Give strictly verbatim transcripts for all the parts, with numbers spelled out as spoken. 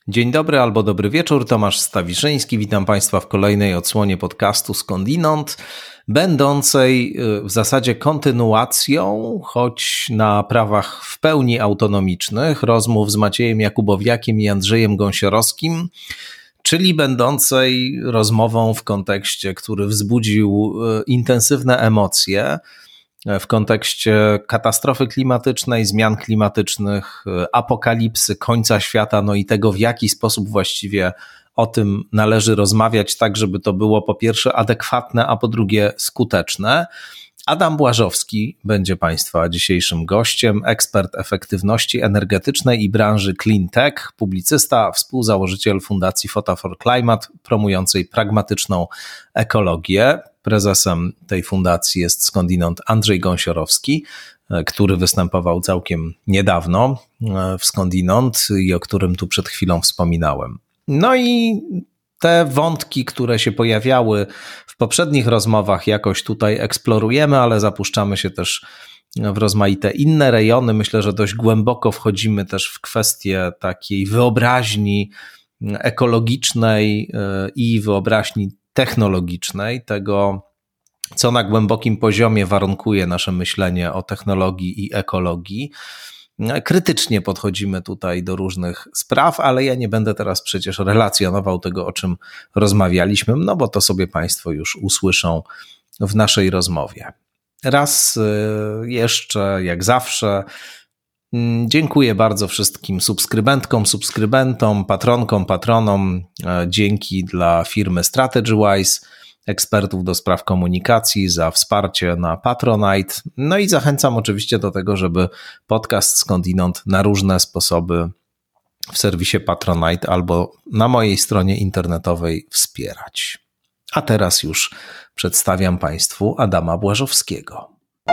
Dzień dobry albo dobry wieczór, Tomasz Stawiszyński. Witam Państwa w kolejnej odsłonie podcastu Skądinąd, będącej w zasadzie kontynuacją, choć na prawach w pełni autonomicznych, rozmów z Maciejem Jakubowiakiem i Andrzejem Gąsiorowskim, czyli będącej rozmową w kontekście, który wzbudził intensywne emocje, w kontekście katastrofy klimatycznej, zmian klimatycznych, apokalipsy, końca świata, no i tego, w jaki sposób właściwie o tym należy rozmawiać, tak żeby to było po pierwsze adekwatne, a po drugie skuteczne. Adam Błażowski będzie Państwa dzisiejszym gościem, ekspert efektywności energetycznej i branży Clean Tech, publicysta, współzałożyciel Fundacji Fota for Climate, promującej pragmatyczną ekologię. Prezesem tej fundacji jest skądinąd Andrzej Gąsiorowski, który występował całkiem niedawno w Skądinąd i o którym tu przed chwilą wspominałem. No i te wątki, które się pojawiały w poprzednich rozmowach, jakoś tutaj eksplorujemy, ale zapuszczamy się też w rozmaite inne rejony. Myślę, że dość głęboko wchodzimy też w kwestię takiej wyobraźni ekologicznej i wyobraźni technologicznej, tego, co na głębokim poziomie warunkuje nasze myślenie o technologii i ekologii. Krytycznie podchodzimy tutaj do różnych spraw, ale ja nie będę teraz przecież relacjonował tego, o czym rozmawialiśmy, no bo to sobie Państwo już usłyszą w naszej rozmowie. Raz jeszcze, jak zawsze, dziękuję bardzo wszystkim subskrybentkom, subskrybentom, patronkom, patronom. Dzięki dla firmy StrategyWise, ekspertów do spraw komunikacji, za wsparcie na Patronite. No i zachęcam oczywiście do tego, żeby podcast Skądinąd na różne sposoby w serwisie Patronite albo na mojej stronie internetowej wspierać. A teraz już przedstawiam Państwu Adama Błażowskiego.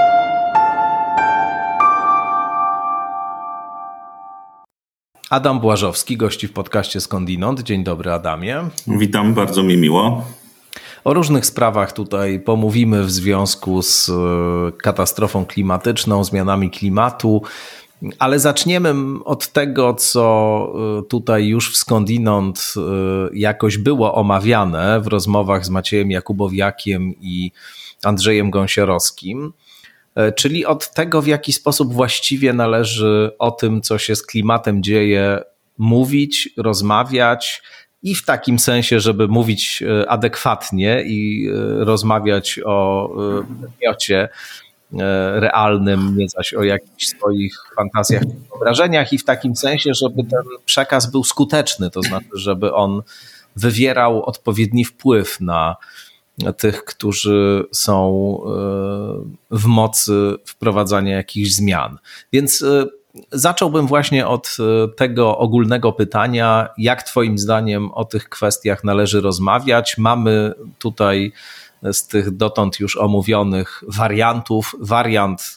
Adam Błażowski gości w podcaście Skądinąd. Dzień dobry, Adamie. Witam, bardzo mi miło. O różnych sprawach tutaj pomówimy w związku z katastrofą klimatyczną, zmianami klimatu, ale zaczniemy od tego, co tutaj już w Skądinąd jakoś było omawiane w rozmowach z Maciejem Jakubowiakiem i Andrzejem Gąsiorowskim, czyli od tego, w jaki sposób właściwie należy o tym, co się z klimatem dzieje, mówić, rozmawiać i w takim sensie, żeby mówić adekwatnie i rozmawiać o przedmiocie realnym, nie zaś o jakichś swoich fantazjach i wyobrażeniach, i w takim sensie, żeby ten przekaz był skuteczny, to znaczy, żeby on wywierał odpowiedni wpływ na tych, którzy są w mocy wprowadzania jakichś zmian. Więc zacząłbym właśnie od tego ogólnego pytania, jak Twoim zdaniem o tych kwestiach należy rozmawiać. Mamy tutaj z tych dotąd już omówionych wariantów, wariant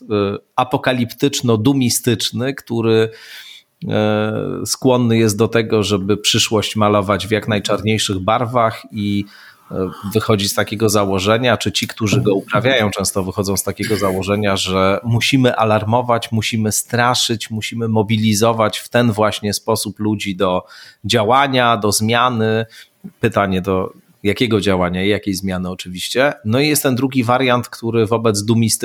apokaliptyczno-dumistyczny, który skłonny jest do tego, żeby przyszłość malować w jak najczarniejszych barwach i wychodzi z takiego założenia, czy ci, którzy go uprawiają, często wychodzą z takiego założenia, że musimy alarmować, musimy straszyć, musimy mobilizować w ten właśnie sposób ludzi do działania, do zmiany. Pytanie do jakiego działania i jakiej zmiany oczywiście. No i jest ten drugi wariant, który wobec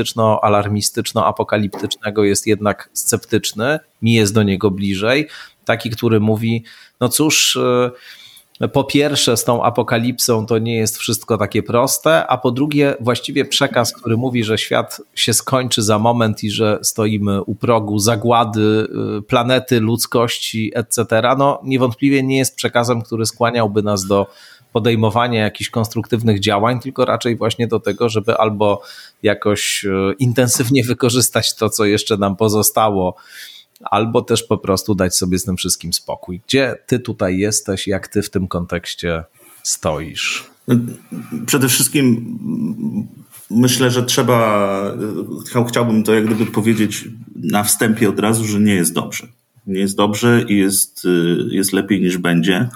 dumistyczno-alarmistyczno-apokaliptycznego jest jednak sceptyczny, mi jest do niego bliżej. Taki, który mówi, no cóż, po pierwsze z tą apokalipsą to nie jest wszystko takie proste, a po drugie właściwie przekaz, który mówi, że świat się skończy za moment i że stoimy u progu zagłady planety, ludzkości, et cetera, no niewątpliwie nie jest przekazem, który skłaniałby nas do podejmowania jakichś konstruktywnych działań, tylko raczej właśnie do tego, żeby albo jakoś intensywnie wykorzystać to, co jeszcze nam pozostało, albo też po prostu dać sobie z tym wszystkim spokój. Gdzie ty tutaj jesteś, jak ty w tym kontekście stoisz? Przede wszystkim myślę, że trzeba, chciałbym to jak gdyby powiedzieć na wstępie od razu, że nie jest dobrze. Nie jest dobrze i jest, jest lepiej niż będzie.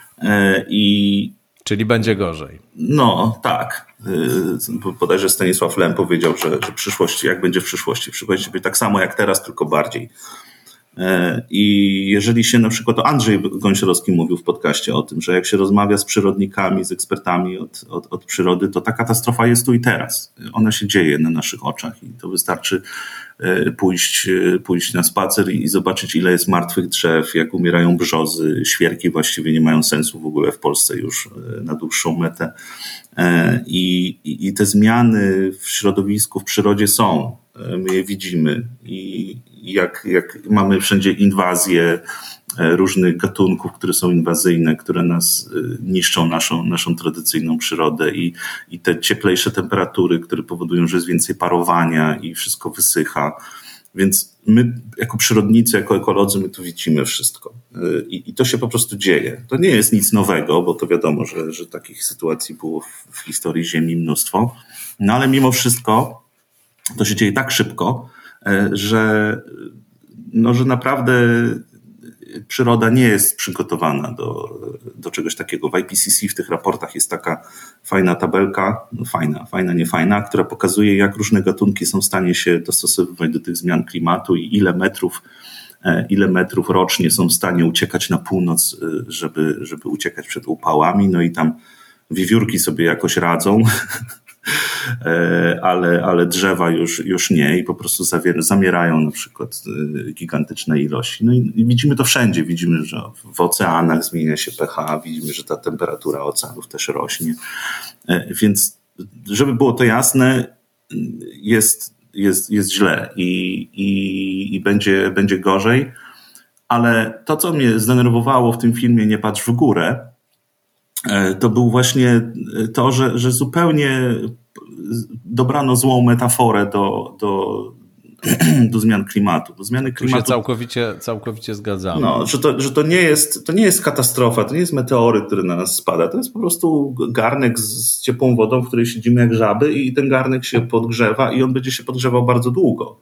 I Czyli będzie gorzej. No tak. Bodajże Stanisław Lem powiedział, że, że przyszłość, jak będzie w przyszłości, w przyszłości będzie tak samo jak teraz, tylko bardziej. I jeżeli się na przykład, to Andrzej Gąsiorowski mówił w podcaście o tym, że jak się rozmawia z przyrodnikami, z ekspertami od, od, od przyrody, to ta katastrofa jest tu i teraz. Ona się dzieje na naszych oczach i to wystarczy pójść, pójść na spacer i zobaczyć, ile jest martwych drzew, jak umierają brzozy, świerki właściwie nie mają sensu w ogóle w Polsce już na dłuższą metę. I, i, i te zmiany w środowisku, w przyrodzie są. My je widzimy i jak, jak mamy wszędzie inwazje różnych gatunków, które są inwazyjne, które nas niszczą naszą, naszą tradycyjną przyrodę i, i te cieplejsze temperatury, które powodują, że jest więcej parowania i wszystko wysycha. Więc my jako przyrodnicy, jako ekolodzy, my tu widzimy wszystko. I, i to się po prostu dzieje. To nie jest nic nowego, bo to wiadomo, że, że takich sytuacji było w, w historii Ziemi mnóstwo. No ale mimo wszystko to się dzieje tak szybko, że, no, że naprawdę przyroda nie jest przygotowana do, do czegoś takiego. W I P C C w tych raportach jest taka fajna tabelka, no fajna, fajna, nie fajna, która pokazuje, jak różne gatunki są w stanie się dostosowywać do tych zmian klimatu i ile metrów, ile metrów rocznie są w stanie uciekać na północ, żeby, żeby uciekać przed upałami. No i tam wiewiórki sobie jakoś radzą, ale, ale drzewa już, już nie i po prostu zawier- zamierają na przykład gigantyczne ilości. No i, i widzimy to wszędzie. Widzimy, że w oceanach zmienia się pH, widzimy, że ta temperatura oceanów też rośnie. Więc żeby było to jasne, jest, jest, jest źle i, i, i będzie, będzie gorzej, ale to, co mnie zdenerwowało w tym filmie Nie patrz w górę, to był właśnie to, że, że zupełnie dobrano złą metaforę do, do, do zmian klimatu. Do zmiany klimatu. Tu się całkowicie, całkowicie zgadzamy. No, że to, że to nie jest, to nie jest katastrofa, to nie jest meteoryt, który na nas spada. To jest po prostu garnek z ciepłą wodą, w której siedzimy jak żaby i ten garnek się podgrzewa i on będzie się podgrzewał bardzo długo.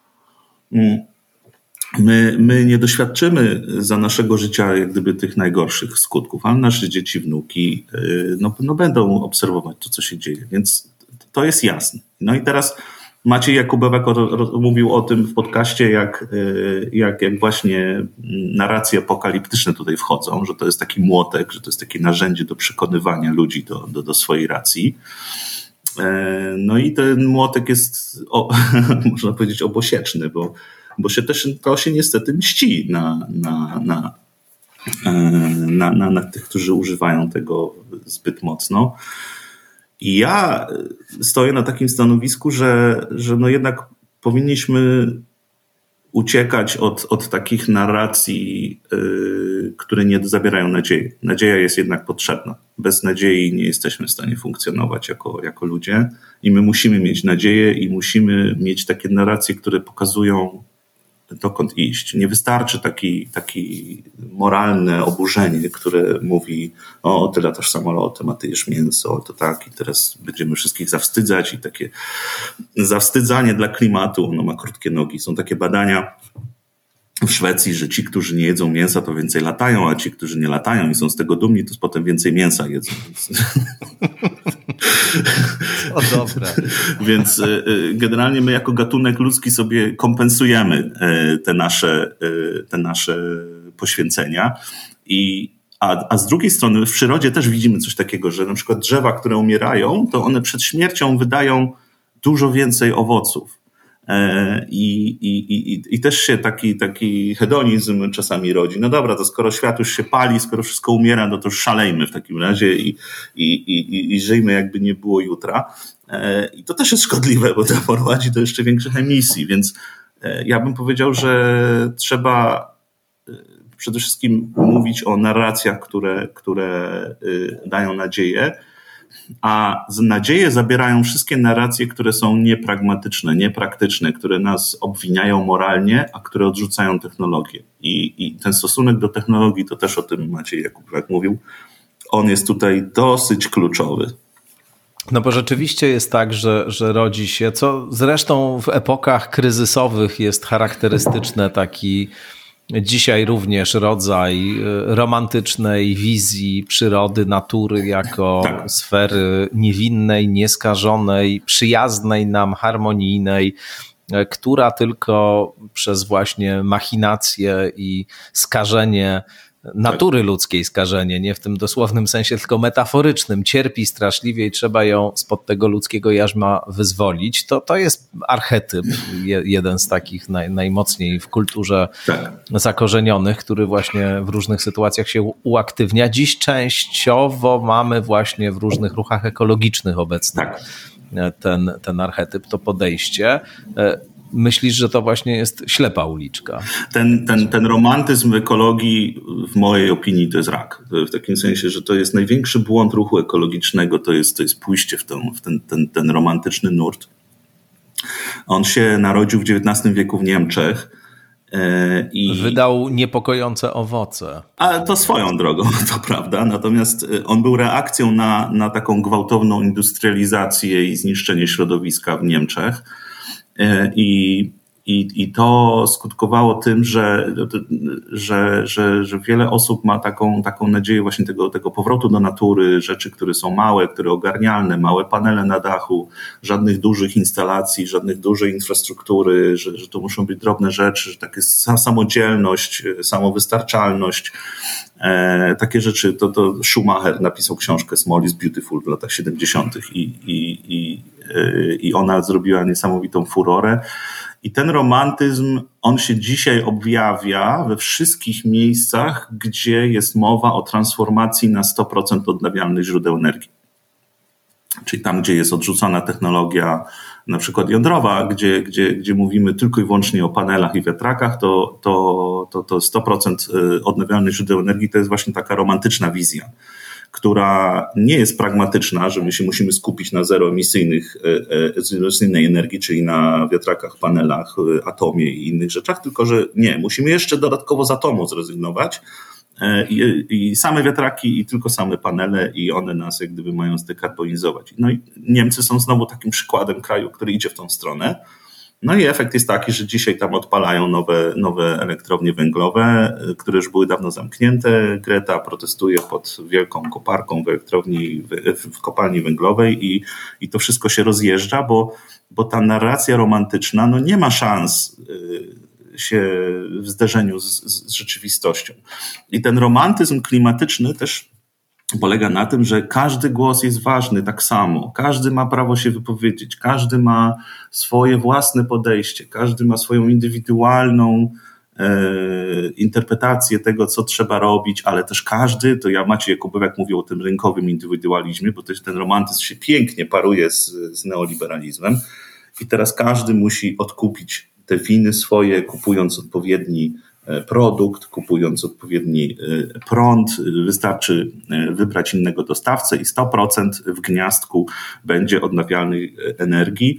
My, my nie doświadczymy za naszego życia jak gdyby tych najgorszych skutków, ale nasze dzieci, wnuki no, no będą obserwować to, co się dzieje, więc to jest jasne. No i teraz Maciej Jakubowek mówił o tym w podcaście, jak, jak, jak właśnie narracje apokaliptyczne tutaj wchodzą, że to jest taki młotek, że to jest takie narzędzie do przekonywania ludzi do, do, do swojej racji. No i ten młotek jest, o, można powiedzieć, obosieczny, bo bo się też to się niestety mści na, na, na, na, na, na tych, którzy używają tego zbyt mocno. I ja stoję na takim stanowisku, że, że no jednak powinniśmy uciekać od, od takich narracji, yy, które nie zabierają nadziei. Nadzieja jest jednak potrzebna. Bez nadziei nie jesteśmy w stanie funkcjonować jako, jako ludzie i my musimy mieć nadzieję i musimy mieć takie narracje, które pokazują, dokąd iść. Nie wystarczy taki, taki moralne oburzenie, które mówi, o, ty latasz samolotem, a ty jesz mięso, to tak i teraz będziemy wszystkich zawstydzać i takie zawstydzanie dla klimatu, ono ma krótkie nogi. Są takie badania w Szwecji, że ci, którzy nie jedzą mięsa, to więcej latają, a ci, którzy nie latają i są z tego dumni, to potem więcej mięsa jedzą. O, dobre. Więc generalnie my jako gatunek ludzki sobie kompensujemy te nasze, te nasze poświęcenia. I, a, a z drugiej strony w przyrodzie też widzimy coś takiego, że na przykład drzewa, które umierają, to one przed śmiercią wydają dużo więcej owoców. I, i, i, i też się taki, taki hedonizm czasami rodzi. No dobra, to skoro świat już się pali, skoro wszystko umiera, no to już szalejmy w takim razie i, i, i, i żyjmy jakby nie było jutra. I to też jest szkodliwe, bo to prowadzi do jeszcze większych emisji, więc ja bym powiedział, że trzeba przede wszystkim mówić o narracjach, które, które dają nadzieję, a nadzieję zabierają wszystkie narracje, które są niepragmatyczne, niepraktyczne, które nas obwiniają moralnie, a które odrzucają technologię. I, i ten stosunek do technologii, to też o tym Maciej Jakubowek mówił, on jest tutaj dosyć kluczowy. No bo rzeczywiście jest tak, że, że rodzi się, co zresztą w epokach kryzysowych jest charakterystyczne, taki dzisiaj również rodzaj romantycznej wizji przyrody, natury jako tak. sfery niewinnej, nieskażonej, przyjaznej nam, harmonijnej. która tylko przez właśnie machinacje i skażenie natury ludzkiej, skażenie, nie w tym dosłownym sensie, tylko metaforycznym, cierpi straszliwie i trzeba ją spod tego ludzkiego jarzma wyzwolić, to, to jest archetyp, je, jeden z takich naj, najmocniej w kulturze tak. zakorzenionych, który właśnie w różnych sytuacjach się uaktywnia. Dziś częściowo mamy właśnie w różnych ruchach ekologicznych obecnie tak. ten, ten archetyp, to podejście. Myślisz, że to właśnie jest ślepa uliczka? Ten, ten, ten romantyzm ekologii w mojej opinii to jest rak. W takim sensie, że to jest największy błąd ruchu ekologicznego, to jest, to jest pójście w, tą, w ten, ten, ten romantyczny nurt. On się narodził w dziewiętnastym wieku w Niemczech. I wydał niepokojące owoce. Ale to swoją drogą, to prawda. Natomiast on był reakcją na, na taką gwałtowną industrializację i zniszczenie środowiska w Niemczech. I, i, i to skutkowało tym, że, że, że, że wiele osób ma taką, taką nadzieję właśnie tego, tego powrotu do natury, rzeczy, które są małe, które ogarnialne, małe panele na dachu, żadnych dużych instalacji, żadnych dużej infrastruktury, że, że to muszą być drobne rzeczy, że taka samodzielność, samowystarczalność. E, takie rzeczy, to, to Schumacher napisał książkę Small is Beautiful w latach siedemdziesiątych i, i, i, i ona zrobiła niesamowitą furorę. I ten romantyzm, on się dzisiaj objawia we wszystkich miejscach, gdzie jest mowa o transformacji na sto procent odnawialnych źródeł energii. Czyli tam, gdzie jest odrzucona technologia na przykład jądrowa, gdzie, gdzie, gdzie mówimy tylko i wyłącznie o panelach i wiatrakach, to, to, to, to sto procent odnawialnych źródeł energii to jest właśnie taka romantyczna wizja, która nie jest pragmatyczna, że my się musimy skupić na zeroemisyjnych, zeroemisyjnej energii, czyli na wiatrakach, panelach, atomie i innych rzeczach, tylko że nie, musimy jeszcze dodatkowo z atomu zrezygnować i, i same wiatraki i tylko same panele i one nas jak gdyby mają zdekarbonizować. No i Niemcy są znowu takim przykładem kraju, który idzie w tą stronę. No i efekt jest taki, że dzisiaj tam odpalają nowe, nowe elektrownie węglowe, które już były dawno zamknięte. Greta protestuje pod wielką koparką w elektrowni, w, w kopalni węglowej i, i to wszystko się rozjeżdża, bo, bo ta narracja romantyczna no nie ma szans się w zderzeniu z, z rzeczywistością. I ten romantyzm klimatyczny też polega na tym, że każdy głos jest ważny tak samo. Każdy ma prawo się wypowiedzieć, każdy ma swoje własne podejście, każdy ma swoją indywidualną e, interpretację tego, co trzeba robić, ale też każdy, to ja Maciej Jakubowiak mówił o tym rynkowym indywidualizmie, bo też ten romantyzm się pięknie paruje z, z neoliberalizmem i teraz każdy musi odkupić te winy swoje, kupując odpowiedni produkt, kupując odpowiedni prąd. Wystarczy wybrać innego dostawcę i sto procent w gniazdku będzie odnawialnej energii.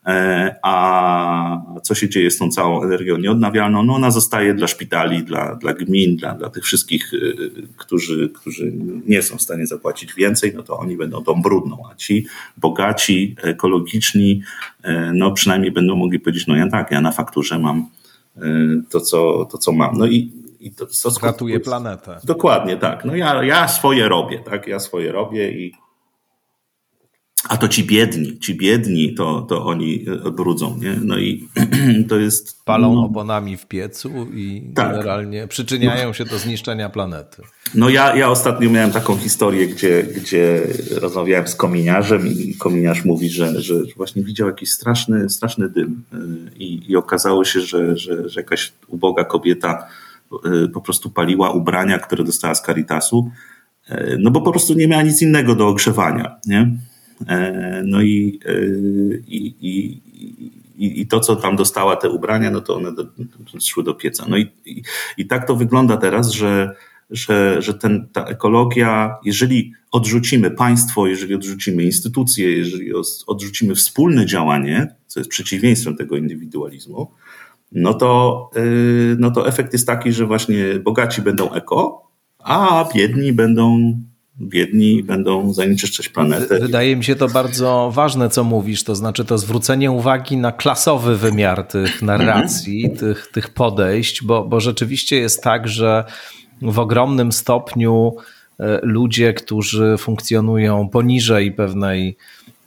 A co się dzieje z tą całą energią nieodnawialną? No ona zostaje dla szpitali, dla, dla gmin, dla, dla tych wszystkich, którzy, którzy nie są w stanie zapłacić więcej, no to oni będą tą brudną, a ci bogaci, ekologiczni, no przynajmniej będą mogli powiedzieć, no ja tak, ja na fakturze mam to, co, to, co mam. No i, i to, to ratuje planetę. Dokładnie, tak. No ja, ja swoje robię, tak? Ja swoje robię i a to ci biedni, ci biedni, to, to oni brudzą, nie? No i to jest... Palą no, oponami w piecu i tak. generalnie przyczyniają się do zniszczenia planety. No ja, ja ostatnio miałem taką historię, gdzie, gdzie rozmawiałem z kominiarzem i kominiarz mówi, że, że właśnie widział jakiś straszny, straszny dym i, i okazało się, że, że, że jakaś uboga kobieta po prostu paliła ubrania, które dostała z Caritasu, no bo po prostu nie miała nic innego do ogrzewania, nie? No i, i, i, i, i to, co tam dostała, te ubrania, no to one do, szły do pieca. No i, i, i tak to wygląda teraz, że, że, że ten, ta ekologia, jeżeli odrzucimy państwo, jeżeli odrzucimy instytucje, jeżeli odrzucimy wspólne działanie, co jest przeciwieństwem tego indywidualizmu, no to, no to efekt jest taki, że właśnie bogaci będą eko, a biedni będą biedni będą zanieczyszczać planetę. Wydaje mi się to bardzo ważne, co mówisz, to znaczy to zwrócenie uwagi na klasowy wymiar tych narracji, mm-hmm. tych, tych podejść, bo, bo rzeczywiście jest tak, że w ogromnym stopniu ludzie, którzy funkcjonują poniżej pewnej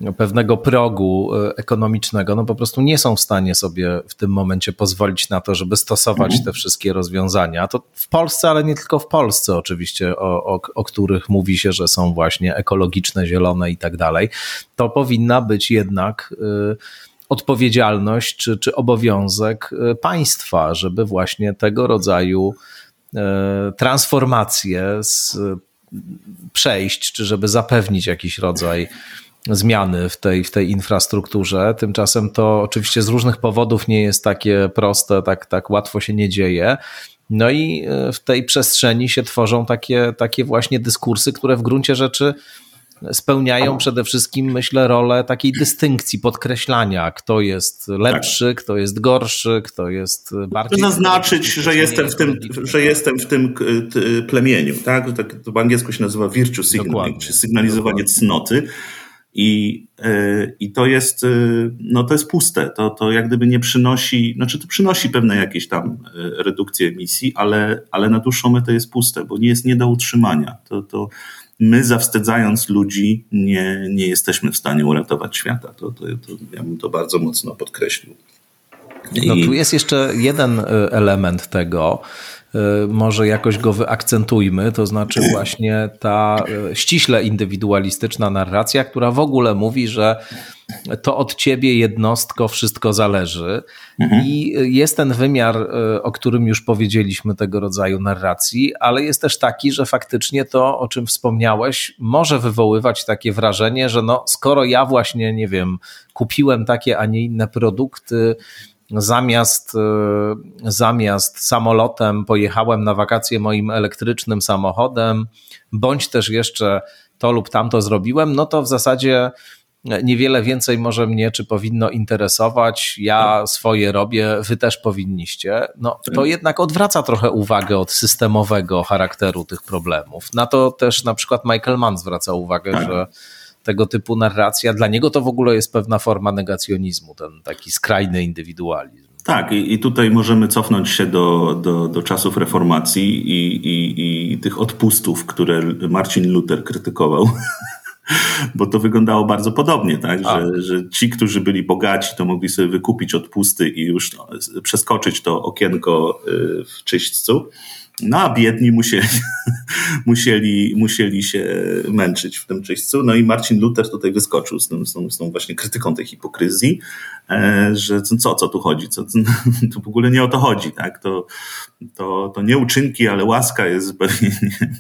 pewnego progu ekonomicznego, no po prostu nie są w stanie sobie w tym momencie pozwolić na to, żeby stosować mhm. te wszystkie rozwiązania. To w Polsce, ale nie tylko w Polsce oczywiście, o, o, o których mówi się, że są właśnie ekologiczne, zielone i tak dalej. To powinna być jednak y, odpowiedzialność czy, czy obowiązek państwa, żeby właśnie tego rodzaju y, transformacje z, przejść, czy żeby zapewnić jakiś rodzaj zmiany w tej, w tej infrastrukturze. Tymczasem to oczywiście z różnych powodów nie jest takie proste, tak, tak łatwo się nie dzieje. No i w tej przestrzeni się tworzą takie, takie właśnie dyskursy, które w gruncie rzeczy spełniają przede wszystkim, myślę, rolę takiej dystynkcji, podkreślania, kto jest lepszy, tak. kto jest gorszy, kto jest bardziej... Chcę zaznaczyć, że jestem w tym, że jestem w tym plemieniu, tak? To po angielsku się nazywa virtue signaling, czy sygnalizowanie Dokładnie. cnoty. I, i to jest, no to jest puste, to, to jak gdyby nie przynosi, znaczy to przynosi pewne jakieś tam redukcje emisji, ale, ale na dłuższą metę jest puste, bo nie jest nie do utrzymania. To, to my zawstydzając ludzi nie, nie jesteśmy w stanie uratować świata. To, to, to ja bym to bardzo mocno podkreślił. I... No tu jest jeszcze jeden element tego, może jakoś go wyakcentujmy, to znaczy właśnie ta ściśle indywidualistyczna narracja, która w ogóle mówi, że to od ciebie jednostko wszystko zależy. Mhm. I jest ten wymiar, o którym już powiedzieliśmy, tego rodzaju narracji, ale jest też taki, że faktycznie to, o czym wspomniałeś, może wywoływać takie wrażenie, że no, skoro ja właśnie, nie wiem, kupiłem takie, a nie inne produkty, Zamiast, zamiast samolotem pojechałem na wakacje moim elektrycznym samochodem, bądź też jeszcze to lub tamto zrobiłem, no to w zasadzie niewiele więcej może mnie czy powinno interesować. Ja swoje robię, wy też powinniście. No, to jednak odwraca trochę uwagę od systemowego charakteru tych problemów. Na to też na przykład Michael Mann zwraca uwagę, tak. że tego typu narracja, dla niego to w ogóle jest pewna forma negacjonizmu, ten taki skrajny indywidualizm. Tak, i, i tutaj możemy cofnąć się do, do, do czasów reformacji i, i, i tych odpustów, które Marcin Luther krytykował. Bo to wyglądało bardzo podobnie, tak? Że, że ci, którzy byli bogaci, to mogli sobie wykupić odpusty i już no, przeskoczyć to okienko w czyśćcu. No a biedni musieli, musieli, musieli się męczyć w tym czyśćcu. No i Marcin Luther tutaj wyskoczył z tą, z tą, z tą właśnie krytyką tej hipokryzji, że co, co tu chodzi? Co, to w ogóle nie o to chodzi, tak? To, to, to nie uczynki, ale łaska jest zbawieniem.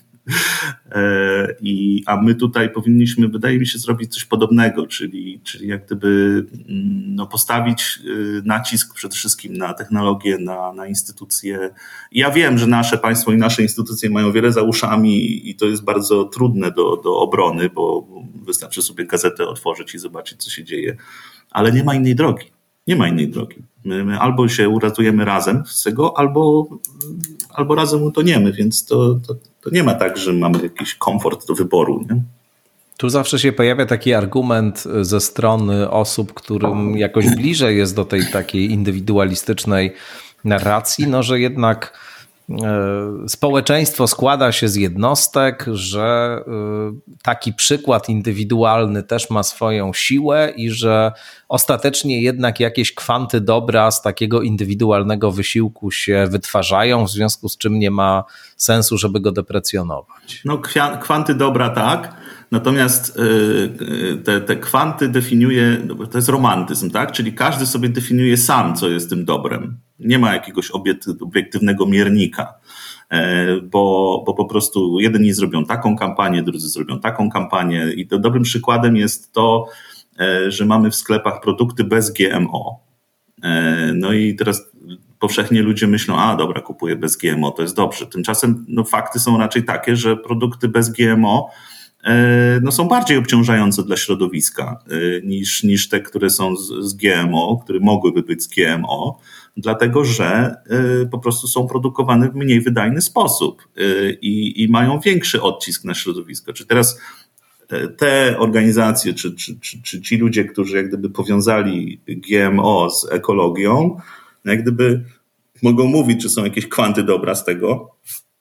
I, a my tutaj powinniśmy, wydaje mi się, zrobić coś podobnego, czyli, czyli jak gdyby no, postawić nacisk przede wszystkim na technologię, na, na instytucje. Ja wiem, że nasze państwo i nasze instytucje mają wiele za uszami i to jest bardzo trudne do, do obrony, bo wystarczy sobie gazetę otworzyć i zobaczyć, co się dzieje, ale nie ma innej drogi. Nie ma innej drogi. My, my albo się uratujemy razem z tego, albo, albo razem utoniemy, więc to, to, to nie ma tak, że mamy jakiś komfort do wyboru. Nie? Tu zawsze się pojawia taki argument ze strony osób, którym jakoś bliżej jest do tej takiej indywidualistycznej narracji, no że jednak społeczeństwo składa się z jednostek, że taki przykład indywidualny też ma swoją siłę i że ostatecznie jednak jakieś kwanty dobra z takiego indywidualnego wysiłku się wytwarzają, w związku z czym nie ma sensu, żeby go deprecjonować. No kwanty dobra tak, natomiast te, te kwanty definiuje, to jest romantyzm, tak? Czyli każdy sobie definiuje sam, co jest tym dobrem. Nie ma jakiegoś obiektywnego miernika, bo, bo po prostu jedni zrobią taką kampanię, drudzy zrobią taką kampanię i to dobrym przykładem jest to, że mamy w sklepach produkty bez G M O. No i teraz powszechnie ludzie myślą, a dobra, kupuję bez G M O, to jest dobrze. Tymczasem no, fakty są raczej takie, że produkty bez G M O no, są bardziej obciążające dla środowiska niż, niż te, które są z, z G M O, które mogłyby być z G M O, dlatego że po prostu są produkowane w mniej wydajny sposób i, i mają większy odcisk na środowisko. Czy teraz te organizacje, czy, czy, czy, czy ci ludzie, którzy jak gdyby powiązali G M O z ekologią, jak gdyby mogą mówić, czy są jakieś kwanty dobra z tego,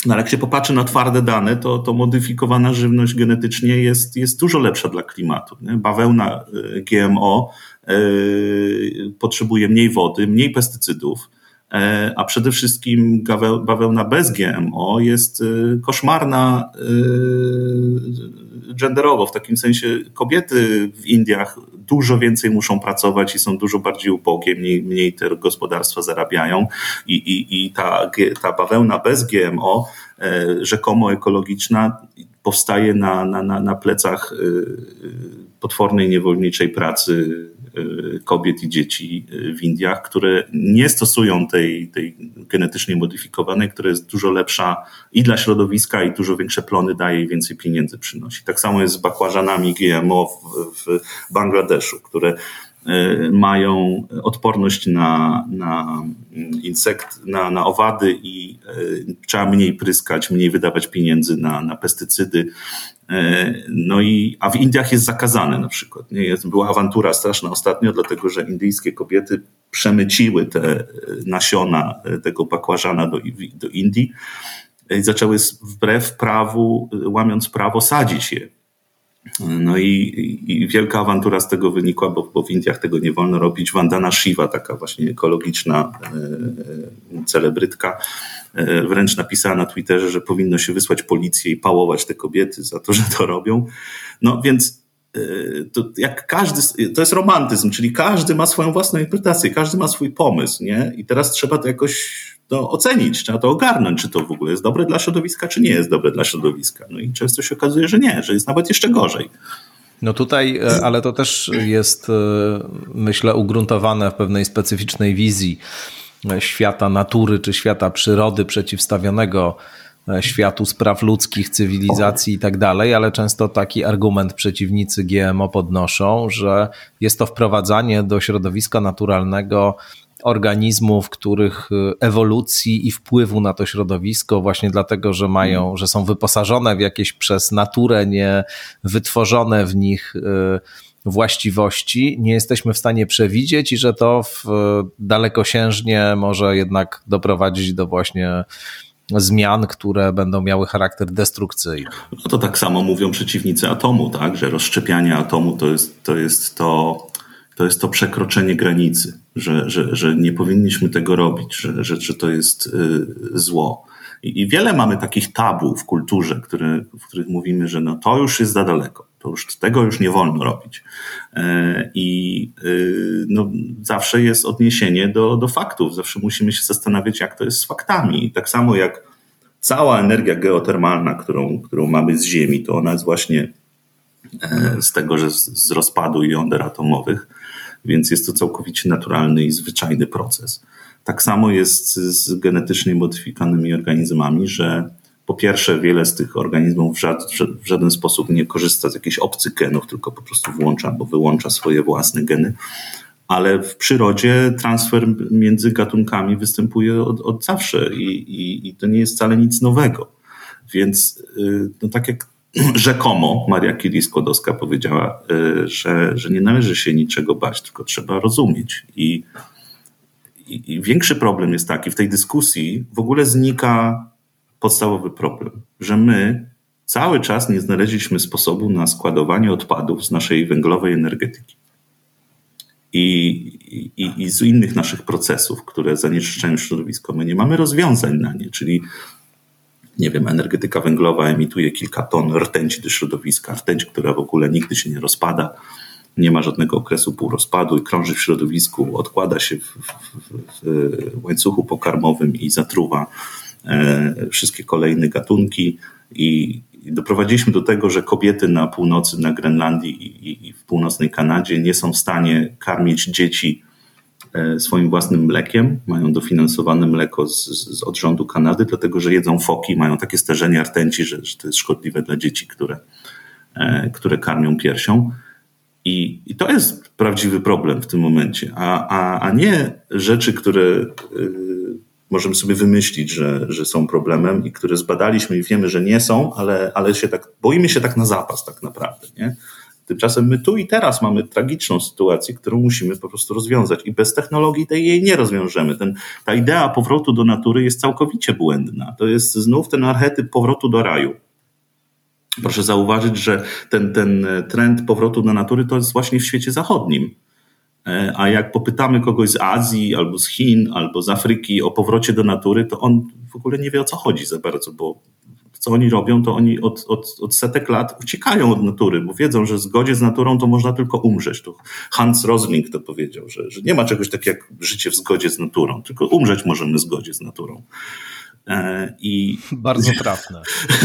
No ale jak się popatrzy na twarde dane, to, to modyfikowana żywność genetycznie jest, jest dużo lepsza dla klimatu. Nie? Bawełna G M O yy, potrzebuje mniej wody, mniej pestycydów, yy, a przede wszystkim bawełna bez G M O jest yy, koszmarna yy, genderowo. W takim sensie kobiety w Indiach dużo więcej muszą pracować i są dużo bardziej ubogie, mniej, mniej te gospodarstwa zarabiają i, i, i ta, ta bawełna bez G M O, e, rzekomo ekologiczna, powstaje na, na, na, na plecach e, potwornej niewolniczej pracy e, kobiet i dzieci w Indiach, które nie stosują tej, tej genetycznie modyfikowanej, która jest dużo lepsza i dla środowiska, i dużo większe plony daje i więcej pieniędzy przynosi. Tak samo jest z bakłażanami G M O w, w Bangladeszu, które mają odporność na, na insekt, na, na owady i trzeba mniej pryskać, mniej wydawać pieniędzy na, na pestycydy. No i, a w Indiach jest zakazane na przykład. Nie? Jest, była awantura straszna ostatnio, dlatego że indyjskie kobiety przemyciły te nasiona tego bakłażana do, do Indii i zaczęły wbrew prawu, łamiąc prawo, sadzić je. No i, i wielka awantura z tego wynikła, bo, bo w Indiach tego nie wolno robić. Vandana Shiva, taka właśnie ekologiczna e, celebrytka, e, wręcz napisała na Twitterze, że powinno się wysłać policję i pałować te kobiety za to, że to robią. No więc e, to jak każdy, to jest romantyzm, czyli każdy ma swoją własną interpretację, każdy ma swój pomysł, nie? I teraz trzeba to jakoś to ocenić, trzeba to ogarnąć, czy to w ogóle jest dobre dla środowiska, czy nie jest dobre dla środowiska. No i często się okazuje, że nie, że jest nawet jeszcze gorzej. No tutaj, ale to też jest, myślę, ugruntowane w pewnej specyficznej wizji świata natury, czy świata przyrody przeciwstawionego światu spraw ludzkich, cywilizacji i tak dalej, ale często taki argument przeciwnicy G M O podnoszą, że jest to wprowadzanie do środowiska naturalnego organizmów, których ewolucji i wpływu na to środowisko właśnie dlatego, że mają, że są wyposażone w jakieś przez naturę nie wytworzone w nich właściwości, nie jesteśmy w stanie przewidzieć i że to w dalekosiężnie może jednak doprowadzić do właśnie zmian, które będą miały charakter destrukcyjny. No to tak samo mówią przeciwnicy atomu, tak, że rozszczepianie atomu to jest to, jest to To jest to przekroczenie granicy, że, że, że nie powinniśmy tego robić, że, że, że to jest y, zło. I, I wiele mamy takich tabu w kulturze, które, w których mówimy, że no to już jest za daleko, to już, tego już nie wolno robić. E, I y, no, zawsze jest odniesienie do, do faktów, zawsze musimy się zastanawiać, jak to jest z faktami. I tak samo jak cała energia geotermalna, którą, którą mamy z Ziemi, to ona jest właśnie e, z tego, że z, z rozpadu jąder atomowych, więc jest to całkowicie naturalny i zwyczajny proces. Tak samo jest z genetycznie modyfikowanymi organizmami, że po pierwsze wiele z tych organizmów w żaden, w żaden sposób nie korzysta z jakichś obcych genów, tylko po prostu włącza albo wyłącza swoje własne geny, ale w przyrodzie transfer między gatunkami występuje od, od zawsze i, i, i to nie jest wcale nic nowego. Więc no tak jak rzekomo Maria Curie-Skłodowska powiedziała, że, że nie należy się niczego bać, tylko trzeba rozumieć. I, i, i większy problem jest taki, w tej dyskusji w ogóle znika podstawowy problem, że my cały czas nie znaleźliśmy sposobu na składowanie odpadów z naszej węglowej energetyki i, i, i z innych naszych procesów, które zanieczyszczają środowisko. My nie mamy rozwiązań na nie, czyli nie wiem, energetyka węglowa emituje kilka ton rtęci do środowiska. Rtęć, która w ogóle nigdy się nie rozpada, nie ma żadnego okresu półrozpadu i krąży w środowisku, odkłada się w, w, w łańcuchu pokarmowym i zatruwa e, wszystkie kolejne gatunki. I, I doprowadziliśmy do tego, że kobiety na północy, na Grenlandii i, i w północnej Kanadzie nie są w stanie karmić dzieci swoim własnym mlekiem, mają dofinansowane mleko z, z, od rządu Kanady, dlatego że jedzą foki, mają takie stężenia rtęci, że, że to jest szkodliwe dla dzieci, które, e, które karmią piersią. I, I to jest prawdziwy problem w tym momencie, a, a, a nie rzeczy, które y, możemy sobie wymyślić, że, że są problemem i które zbadaliśmy i wiemy, że nie są, ale, ale się tak, boimy się tak na zapas tak naprawdę, nie? Tymczasem my tu i teraz mamy tragiczną sytuację, którą musimy po prostu rozwiązać i bez technologii tej jej nie rozwiążemy. Ten, ta idea powrotu do natury jest całkowicie błędna. To jest znów ten archetyp powrotu do raju. Proszę zauważyć, że ten, ten trend powrotu do natury to jest właśnie w świecie zachodnim. A jak popytamy kogoś z Azji, albo z Chin, albo z Afryki o powrocie do natury, to on w ogóle nie wie, o co chodzi za bardzo, bo co oni robią, to oni od, od, od setek lat uciekają od natury, bo wiedzą, że w zgodzie z naturą to można tylko umrzeć. To Hans Rosling to powiedział, że, że nie ma czegoś takiego jak życie w zgodzie z naturą, tylko umrzeć możemy w zgodzie z naturą. I bardzo trafne.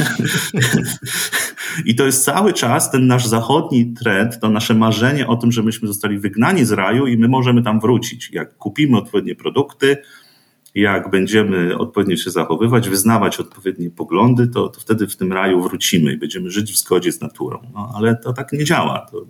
I to jest cały czas ten nasz zachodni trend, to nasze marzenie o tym, że myśmy zostali wygnani z raju i my możemy tam wrócić. Jak kupimy odpowiednie produkty, jak będziemy odpowiednio się zachowywać, wyznawać odpowiednie poglądy, to, to wtedy w tym raju wrócimy i będziemy żyć w zgodzie z naturą. No, ale to tak nie działa. To,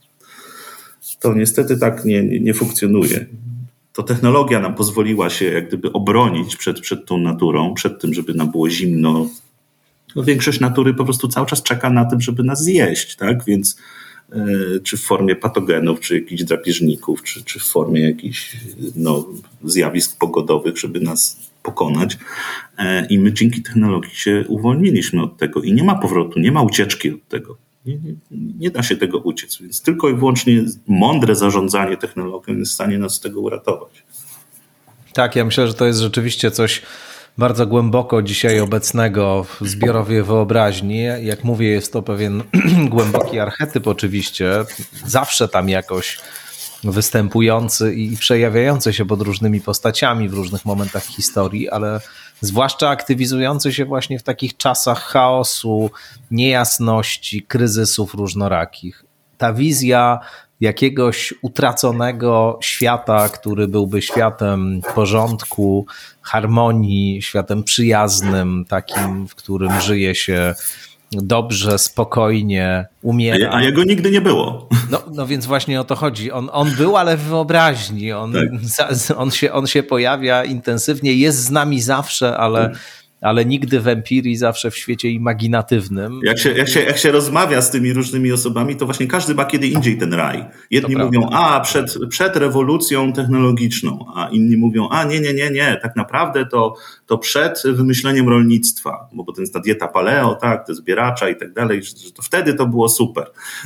to niestety tak nie, nie, nie funkcjonuje. To technologia nam pozwoliła się jak gdyby obronić przed, przed tą naturą, przed tym, żeby nam było zimno. No, większość natury po prostu cały czas czeka na tym, żeby nas zjeść, tak? Więc yy, czy w formie patogenów, czy jakichś drapieżników, czy, czy w formie jakichś no, zjawisk pogodowych, żeby nas pokonać. Yy, I my dzięki technologii się uwolniliśmy od tego i nie ma powrotu, nie ma ucieczki od tego. Nie, nie, nie da się tego uciec, więc tylko i wyłącznie mądre zarządzanie technologią jest w stanie nas z tego uratować. Tak, ja myślę, że to jest rzeczywiście coś bardzo głęboko dzisiaj obecnego w zbiorowej wyobraźni. Jak mówię, jest to pewien głęboki archetyp oczywiście, zawsze tam jakoś występujący i przejawiający się pod różnymi postaciami w różnych momentach historii, ale zwłaszcza aktywizujący się właśnie w takich czasach chaosu, niejasności, kryzysów różnorakich. Ta wizja jakiegoś utraconego świata, który byłby światem porządku, harmonii, światem przyjaznym, takim, w którym żyje się dobrze, spokojnie, umiera. A jego nigdy nie było. No, no więc właśnie o to chodzi. On, on był, ale w wyobraźni. On, tak. on, się, on się pojawia intensywnie, jest z nami zawsze, ale, tak. ale nigdy w empirii, zawsze w świecie imaginatywnym. Jak się, jak, się, jak się rozmawia z tymi różnymi osobami, to właśnie każdy ma kiedy indziej ten raj. Jedni to mówią, prawda. a przed, przed rewolucją technologiczną, a inni mówią, a nie, nie, nie, nie, tak naprawdę to, to przed wymyśleniem rolnictwa, bo potem jest ta dieta paleo, tak, te zbieracza i tak dalej, że to wtedy to było super.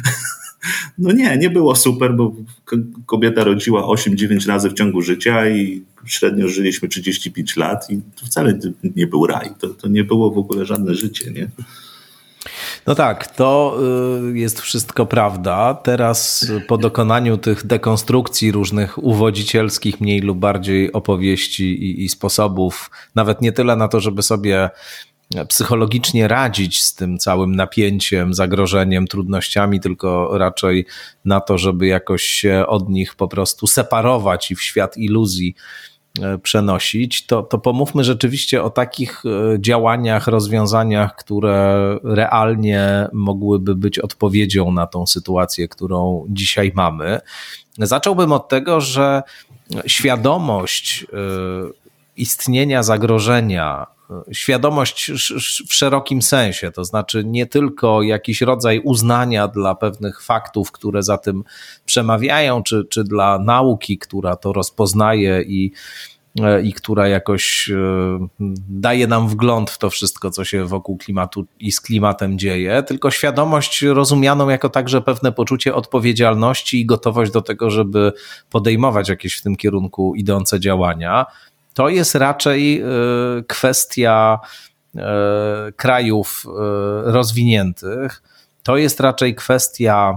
No nie, nie było super, bo kobieta rodziła osiem dziewięć razy w ciągu życia i średnio żyliśmy trzydzieści pięć lat i to wcale nie był raj. To, to nie było w ogóle żadne życie, nie? No tak, to jest wszystko prawda. Teraz po dokonaniu tych dekonstrukcji różnych uwodzicielskich, mniej lub bardziej opowieści i, i sposobów, nawet nie tyle na to, żeby sobie psychologicznie radzić z tym całym napięciem, zagrożeniem, trudnościami, tylko raczej na to, żeby jakoś się od nich po prostu separować i w świat iluzji przenosić, to, to pomówmy rzeczywiście o takich działaniach, rozwiązaniach, które realnie mogłyby być odpowiedzią na tą sytuację, którą dzisiaj mamy. Zacząłbym od tego, że świadomość istnienia zagrożenia, świadomość w szerokim sensie, to znaczy nie tylko jakiś rodzaj uznania dla pewnych faktów, które za tym przemawiają, czy, czy dla nauki, która to rozpoznaje i, i która jakoś daje nam wgląd w to wszystko, co się wokół klimatu i z klimatem dzieje, tylko świadomość rozumianą jako także pewne poczucie odpowiedzialności i gotowość do tego, żeby podejmować jakieś w tym kierunku idące działania. To jest raczej kwestia krajów rozwiniętych, to jest raczej kwestia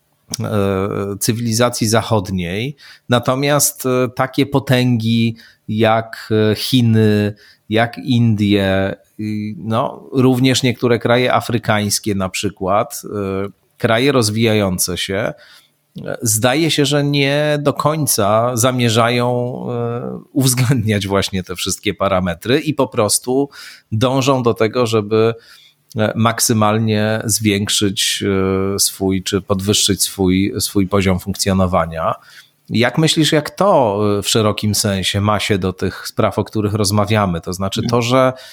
cywilizacji zachodniej, natomiast takie potęgi jak Chiny, jak Indie, no, również niektóre kraje afrykańskie na przykład, kraje rozwijające się, zdaje się, że nie do końca zamierzają uwzględniać właśnie te wszystkie parametry i po prostu dążą do tego, żeby maksymalnie zwiększyć swój, czy podwyższyć swój, swój poziom funkcjonowania. Jak myślisz, jak to w szerokim sensie ma się do tych spraw, o których rozmawiamy? To znaczy to, że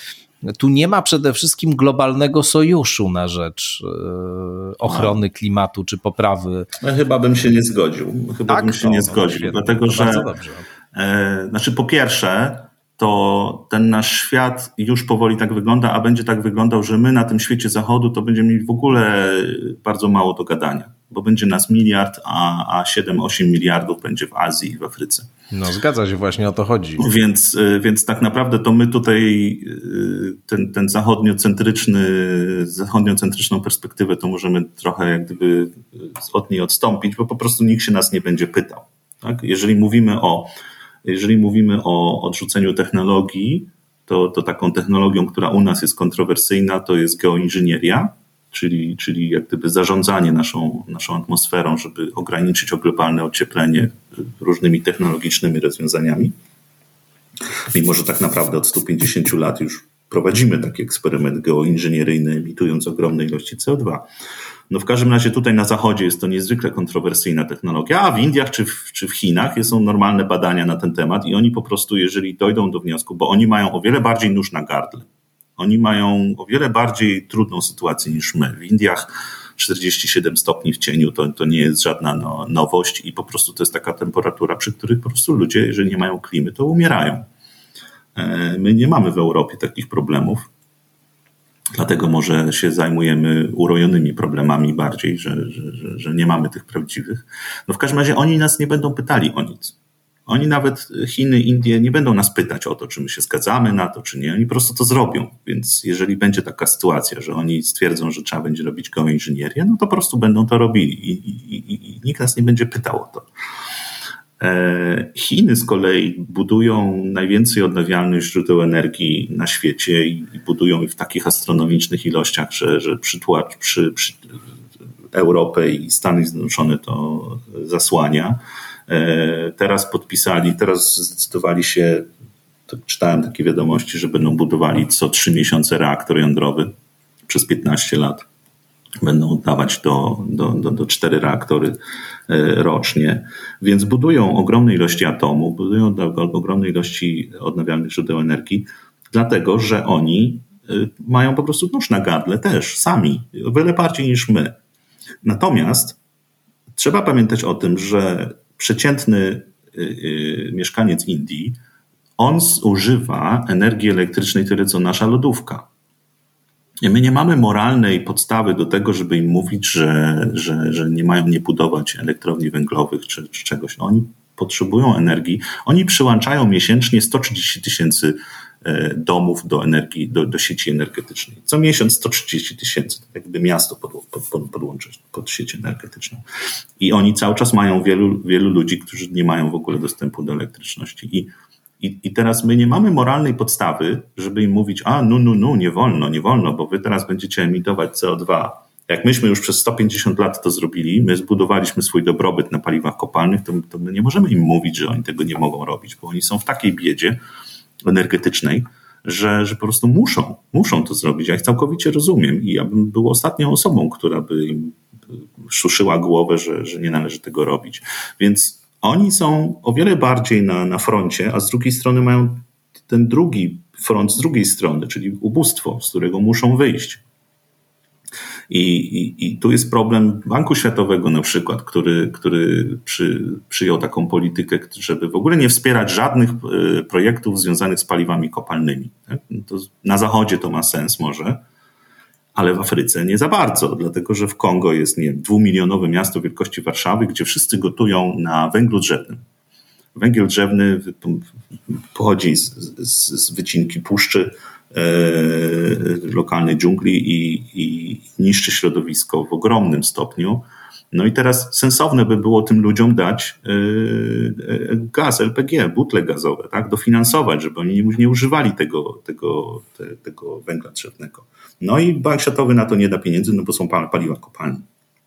tu nie ma przede wszystkim globalnego sojuszu na rzecz ochrony klimatu czy poprawy. No, chyba bym się nie zgodził. Chyba tak? bym się to, nie no zgodził, świetnie, dlatego że e, znaczy po pierwsze to ten nasz świat już powoli tak wygląda, a będzie tak wyglądał, że my na tym świecie zachodu to będziemy mieli w ogóle bardzo mało do gadania, bo będzie nas miliard, a, a siedem osiem miliardów będzie w Azji i w Afryce. No zgadza się, właśnie o to chodzi. Więc, więc tak naprawdę to my tutaj ten, ten zachodniocentryczny, zachodniocentryczną perspektywę to możemy trochę jak gdyby od niej odstąpić, bo po prostu nikt się nas nie będzie pytał. Tak? Jeżeli mówimy o Jeżeli mówimy o odrzuceniu technologii, to, to taką technologią, która u nas jest kontrowersyjna, to jest geoinżynieria, czyli, czyli jak gdyby zarządzanie naszą, naszą atmosferą, żeby ograniczyć globalne ocieplenie różnymi technologicznymi rozwiązaniami. Mimo że tak naprawdę od stu pięćdziesięciu lat już prowadzimy taki eksperyment geoinżynieryjny, emitując ogromne ilości C O dwa. No w każdym razie tutaj na Zachodzie jest to niezwykle kontrowersyjna technologia, a w Indiach czy w, czy w Chinach są normalne badania na ten temat i oni po prostu, jeżeli dojdą do wniosku, bo oni mają o wiele bardziej nóż na gardle, oni mają o wiele bardziej trudną sytuację niż my. W Indiach czterdzieści siedem stopni w cieniu to, to nie jest żadna no, nowość i po prostu to jest taka temperatura, przy której po prostu ludzie, jeżeli nie mają klimy, to umierają. My nie mamy w Europie takich problemów. Dlatego może się zajmujemy urojonymi problemami bardziej, że, że, że, że nie mamy tych prawdziwych. No w każdym razie oni nas nie będą pytali o nic. Oni nawet, Chiny, Indie, nie będą nas pytać o to, czy my się zgadzamy na to, czy nie. Oni po prostu to zrobią. Więc jeżeli będzie taka sytuacja, że oni stwierdzą, że trzeba będzie robić geoinżynierię, no to po prostu będą to robili i, i, i, i nikt nas nie będzie pytał o to. Chiny z kolei budują najwięcej odnawialnych źródeł energii na świecie i budują je w takich astronomicznych ilościach, że, że przytłacz, przy, przy Europę i Stany Zjednoczone to zasłania. Teraz podpisali, teraz zdecydowali się, to czytałem takie wiadomości, że będą budowali co trzy miesiące reaktor jądrowy przez piętnaście lat. Będą oddawać do, do, do, do cztery reaktory rocznie, więc budują ogromne ilości atomu, budują ogromne ilości odnawialnych źródeł energii, dlatego że oni mają po prostu nóż na gardle też, sami, o wiele bardziej niż my. Natomiast trzeba pamiętać o tym, że przeciętny mieszkaniec Indii, on zużywa energii elektrycznej tyle, co nasza lodówka. I my nie mamy moralnej podstawy do tego, żeby im mówić, że, że, że nie mają nie budować elektrowni węglowych czy, czy czegoś. Oni potrzebują energii. Oni przyłączają miesięcznie sto trzydzieści tysięcy domów do energii, do, do sieci energetycznej. Co miesiąc sto trzydzieści tysięcy, tak jakby miasto pod, pod, podłączyć pod sieć energetyczną. I oni cały czas mają wielu, wielu ludzi, którzy nie mają w ogóle dostępu do elektryczności. I I, I teraz my nie mamy moralnej podstawy, żeby im mówić, a no, no, no, nie wolno, nie wolno, bo wy teraz będziecie emitować C O dwa. Jak myśmy już przez sto pięćdziesiąt lat to zrobili, my zbudowaliśmy swój dobrobyt na paliwach kopalnych, to, to my nie możemy im mówić, że oni tego nie mogą robić, bo oni są w takiej biedzie energetycznej, że, że po prostu muszą, muszą to zrobić. Ja ich całkowicie rozumiem i ja bym był ostatnią osobą, która by im szuszyła głowę, że, że nie należy tego robić. Więc oni są o wiele bardziej na, na froncie, a z drugiej strony mają ten drugi front z drugiej strony, czyli ubóstwo, z którego muszą wyjść. I, i, i tu jest problem Banku Światowego na przykład, który, który przy, przyjął taką politykę, żeby w ogóle nie wspierać żadnych projektów związanych z paliwami kopalnymi. Tak? To na Zachodzie to ma sens może, ale w Afryce nie za bardzo, dlatego że w Kongo jest, nie wiem, dwumilionowe miasto wielkości Warszawy, gdzie wszyscy gotują na węglu drzewnym. Węgiel drzewny pochodzi z, z, z wycinki puszczy, e, lokalnej dżungli i, i niszczy środowisko w ogromnym stopniu. No i teraz sensowne by było tym ludziom dać e, e, gaz, L P G, butle gazowe, tak, dofinansować, żeby oni nie, nie używali tego, tego, te, tego węgla drzewnego. No i Bank Światowy na to nie da pieniędzy, no bo są paliwa kopalne.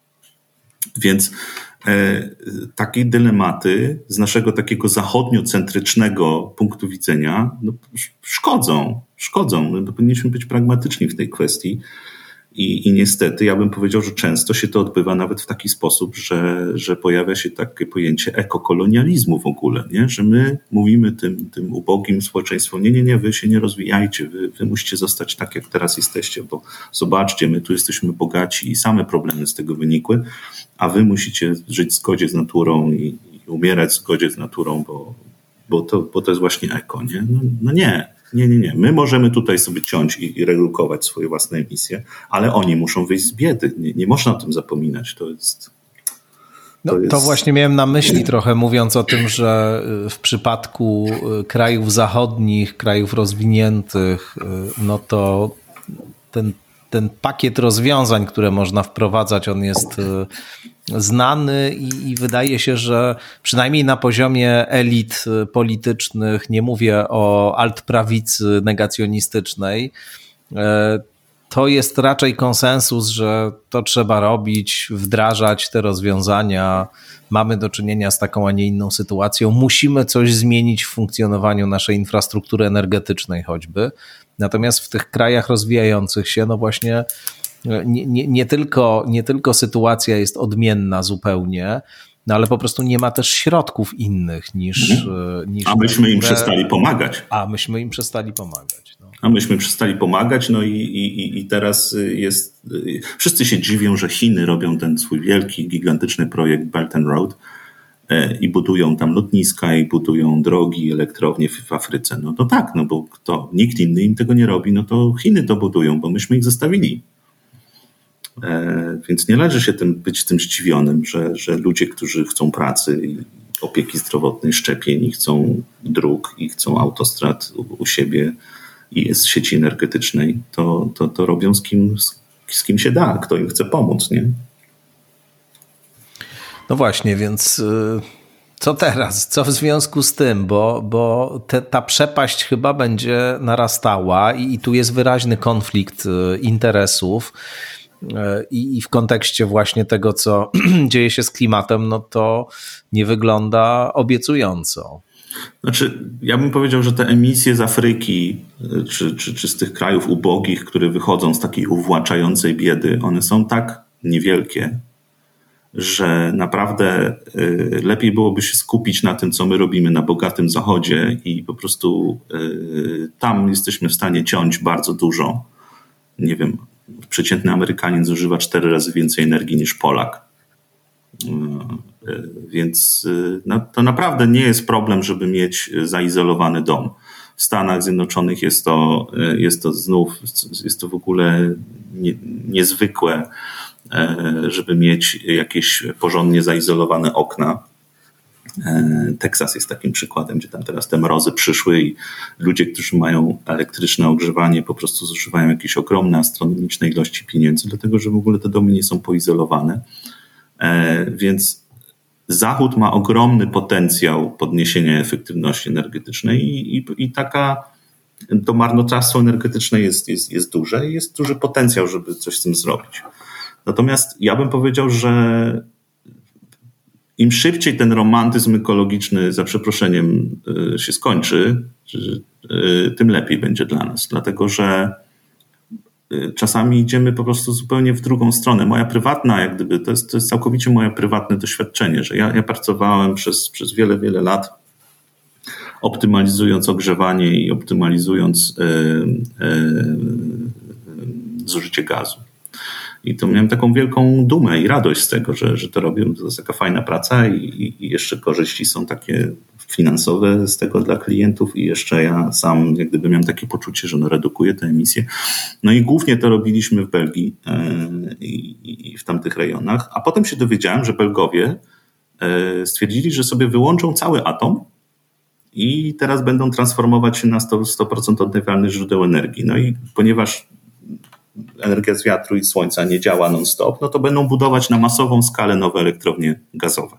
Więc e, takie dylematy z naszego takiego zachodniocentrycznego punktu widzenia no, szkodzą, szkodzą. No, powinniśmy być pragmatyczni w tej kwestii. I, I niestety ja bym powiedział, że często się to odbywa nawet w taki sposób, że, że pojawia się takie pojęcie ekokolonializmu w ogóle, nie? Że my mówimy tym, tym ubogim społeczeństwom, nie, nie, nie, wy się nie rozwijajcie, wy, wy musicie zostać tak, jak teraz jesteście, bo zobaczcie, my tu jesteśmy bogaci i same problemy z tego wynikły, a wy musicie żyć w zgodzie z naturą i, i umierać w zgodzie z naturą, bo, bo, to, bo to jest właśnie eko, nie? No, no nie. Nie, nie, nie. My możemy tutaj sobie ciąć i, i redukować swoje własne emisje, ale oni muszą wyjść z biedy. Nie, nie można o tym zapominać. To jest... To, no, jest... to właśnie miałem na myśli trochę, mówiąc o tym, że w przypadku krajów zachodnich, krajów rozwiniętych, no to ten, ten pakiet rozwiązań, które można wprowadzać, on jest znany i, i wydaje się, że przynajmniej na poziomie elit politycznych, nie mówię o altprawicy negacjonistycznej, to jest raczej konsensus, że to trzeba robić, wdrażać te rozwiązania. Mamy do czynienia z taką, a nie inną sytuacją. Musimy coś zmienić w funkcjonowaniu naszej infrastruktury energetycznej choćby. Natomiast w tych krajach rozwijających się, no właśnie nie, nie, nie, tylko, nie tylko sytuacja jest odmienna zupełnie, no ale po prostu nie ma też środków innych niż... Mhm. niż a myśmy te, im które... przestali pomagać. A myśmy im przestali pomagać. No. A myśmy przestali pomagać, no i, i, i teraz jest... Wszyscy się dziwią, że Chiny robią ten swój wielki, gigantyczny projekt Belt and Road i budują tam lotniska i budują drogi, elektrownie w, w Afryce. No to tak, no bo kto, nikt inny im tego nie robi, no to Chiny to budują, bo myśmy ich zostawili. E, więc nie należy się tym, być tym zdziwionym, że, że ludzie, którzy chcą pracy i opieki zdrowotnej, szczepień, i chcą dróg, i chcą autostrad u, u siebie i jest sieci energetycznej, to, to, to robią z kim, z, z kim się da, kto im chce pomóc, nie? No właśnie, więc co teraz? Co w związku z tym? Bo, bo te, ta przepaść chyba będzie narastała i, i tu jest wyraźny konflikt interesów i, i w kontekście właśnie tego, co dzieje się z klimatem, no to nie wygląda obiecująco. Znaczy, ja bym powiedział, że te emisje z Afryki czy, czy, czy z tych krajów ubogich, które wychodzą z takiej uwłaczającej biedy, one są tak niewielkie, że naprawdę y, lepiej byłoby się skupić na tym, co my robimy na bogatym zachodzie i po prostu y, tam jesteśmy w stanie ciąć bardzo dużo. Nie wiem, przeciętny Amerykanin zużywa cztery razy więcej energii niż Polak. Y, y, więc y, no, to naprawdę nie jest problem, żeby mieć zaizolowany dom. W Stanach Zjednoczonych jest to, y, jest to znów, jest to w ogóle nie, niezwykłe, żeby mieć jakieś porządnie zaizolowane okna. Teksas jest takim przykładem, gdzie tam teraz te mrozy przyszły i ludzie, którzy mają elektryczne ogrzewanie, po prostu zużywają jakieś ogromne, astronomiczne ilości pieniędzy, dlatego że w ogóle te domy nie są poizolowane. Więc Zachód ma ogromny potencjał podniesienia efektywności energetycznej i, i, i taka to marnotrawstwo energetyczne jest, jest, jest duże i jest duży potencjał, żeby coś z tym zrobić. Natomiast ja bym powiedział, że im szybciej ten romantyzm ekologiczny, za przeproszeniem, się skończy, tym lepiej będzie dla nas. Dlatego, że czasami idziemy po prostu zupełnie w drugą stronę. Moja prywatna, jak gdyby, to jest, to jest całkowicie moje prywatne doświadczenie, że ja, ja pracowałem przez, przez wiele, wiele lat optymalizując ogrzewanie i optymalizując yy, yy, zużycie gazu. I to miałem taką wielką dumę i radość z tego, że, że to robię. To jest taka fajna praca i, i jeszcze korzyści są takie finansowe z tego dla klientów i jeszcze ja sam jak gdyby miałem takie poczucie, że no redukuję te emisje. No i głównie to robiliśmy w Belgii yy, i, i w tamtych rejonach. A potem się dowiedziałem, że Belgowie yy, stwierdzili, że sobie wyłączą cały atom i teraz będą transformować się na sto procent odnawialnych źródeł energii. No i ponieważ energia z wiatru i słońca nie działa non-stop, no to będą budować na masową skalę nowe elektrownie gazowe.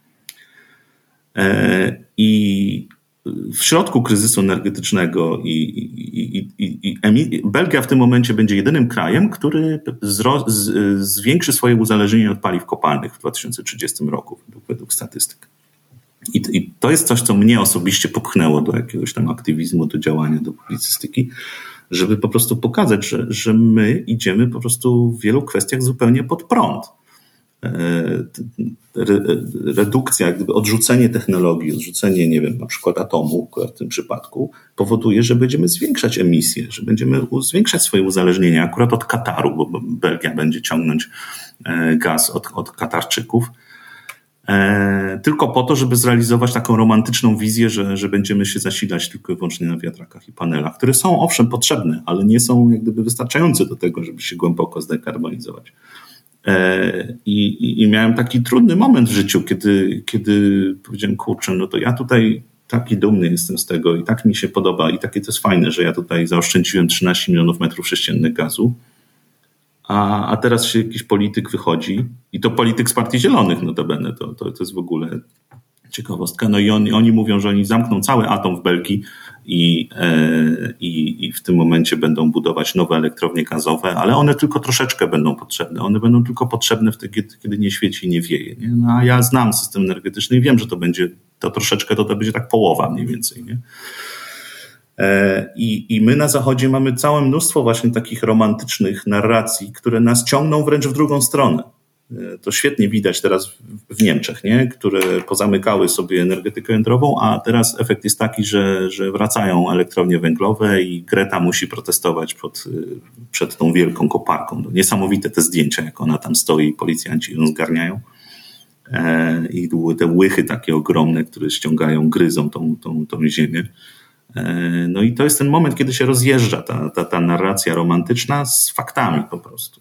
I w środku kryzysu energetycznego i, i, i, i, i Belgia w tym momencie będzie jedynym krajem, który zro, z, zwiększy swoje uzależnienie od paliw kopalnych w dwa tysiące trzydziestym roku, według, według statystyk. I, I to jest coś, co mnie osobiście popchnęło do jakiegoś tam aktywizmu, do działania, do publicystyki, żeby po prostu pokazać, że, że my idziemy po prostu w wielu kwestiach zupełnie pod prąd. Redukcja, jakby odrzucenie technologii, odrzucenie, nie wiem, na przykład atomu w tym przypadku powoduje, że będziemy zwiększać emisję, że będziemy zwiększać swoje uzależnienie akurat od Kataru, bo Belgia będzie ciągnąć gaz od, od Katarczyków, tylko po to, żeby zrealizować taką romantyczną wizję, że, że będziemy się zasilać tylko i wyłącznie na wiatrakach i panelach, które są owszem potrzebne, ale nie są jak gdyby wystarczające do tego, żeby się głęboko zdekarbonizować. I, i, I miałem taki trudny moment w życiu, kiedy, kiedy powiedziałem, kurczę, no to ja tutaj taki dumny jestem z tego i tak mi się podoba i takie to jest fajne, że ja tutaj zaoszczędziłem trzynaście milionów metrów sześciennych gazu, a, a teraz się jakiś polityk wychodzi i to polityk z Partii Zielonych notabene, to, to, to jest w ogóle ciekawostka. No i oni, oni mówią, że oni zamkną cały atom w Belgii i, e, i, i w tym momencie będą budować nowe elektrownie gazowe, ale one tylko troszeczkę będą potrzebne. One będą tylko potrzebne wtedy, kiedy nie świeci i nie wieje. Nie? No, a ja znam system energetyczny i wiem, że to będzie to troszeczkę, to, to będzie tak połowa mniej więcej. Nie? E, i, I my na Zachodzie mamy całe mnóstwo właśnie takich romantycznych narracji, które nas ciągną wręcz w drugą stronę. To świetnie widać teraz w Niemczech, nie? Które pozamykały sobie energetykę jądrową, a teraz efekt jest taki, że, że wracają elektrownie węglowe i Greta musi protestować pod, przed tą wielką koparką. No, niesamowite te zdjęcia, jak ona tam stoi i policjanci ją zgarniają. E, I były te łychy takie ogromne, które ściągają, gryzą tą, tą, tą ziemię. E, no i to jest ten moment, kiedy się rozjeżdża ta, ta, ta narracja romantyczna z faktami po prostu.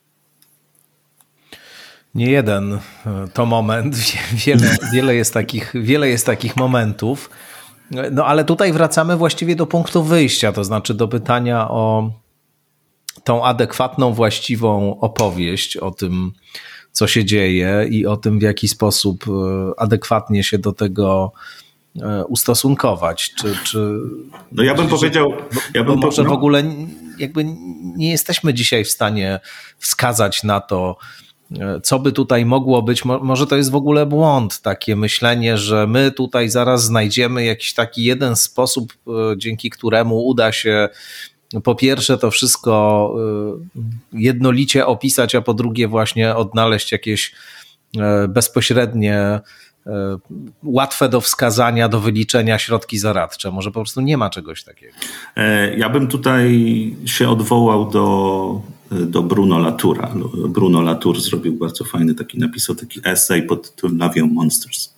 Nie jeden to moment, wiele, wiele, jest takich, wiele jest takich momentów, no ale tutaj wracamy właściwie do punktu wyjścia, to znaczy do pytania o tą adekwatną, właściwą opowieść o tym, co się dzieje i o tym, w jaki sposób adekwatnie się do tego ustosunkować. Czy, czy, no ja bym czy, powiedział... Ja bym może no. w ogóle jakby nie jesteśmy dzisiaj w stanie wskazać na to, co by tutaj mogło być. Może to jest w ogóle błąd, takie myślenie, że my tutaj zaraz znajdziemy jakiś taki jeden sposób, dzięki któremu uda się po pierwsze to wszystko jednolicie opisać, a po drugie właśnie odnaleźć jakieś bezpośrednie, łatwe do wskazania, do wyliczenia środki zaradcze. Może po prostu nie ma czegoś takiego. Ja bym tutaj się odwołał do, do Bruno Latoura. Bruno Latour zrobił bardzo fajny taki, napisał taki essay pod tytułem L'avion Monsters.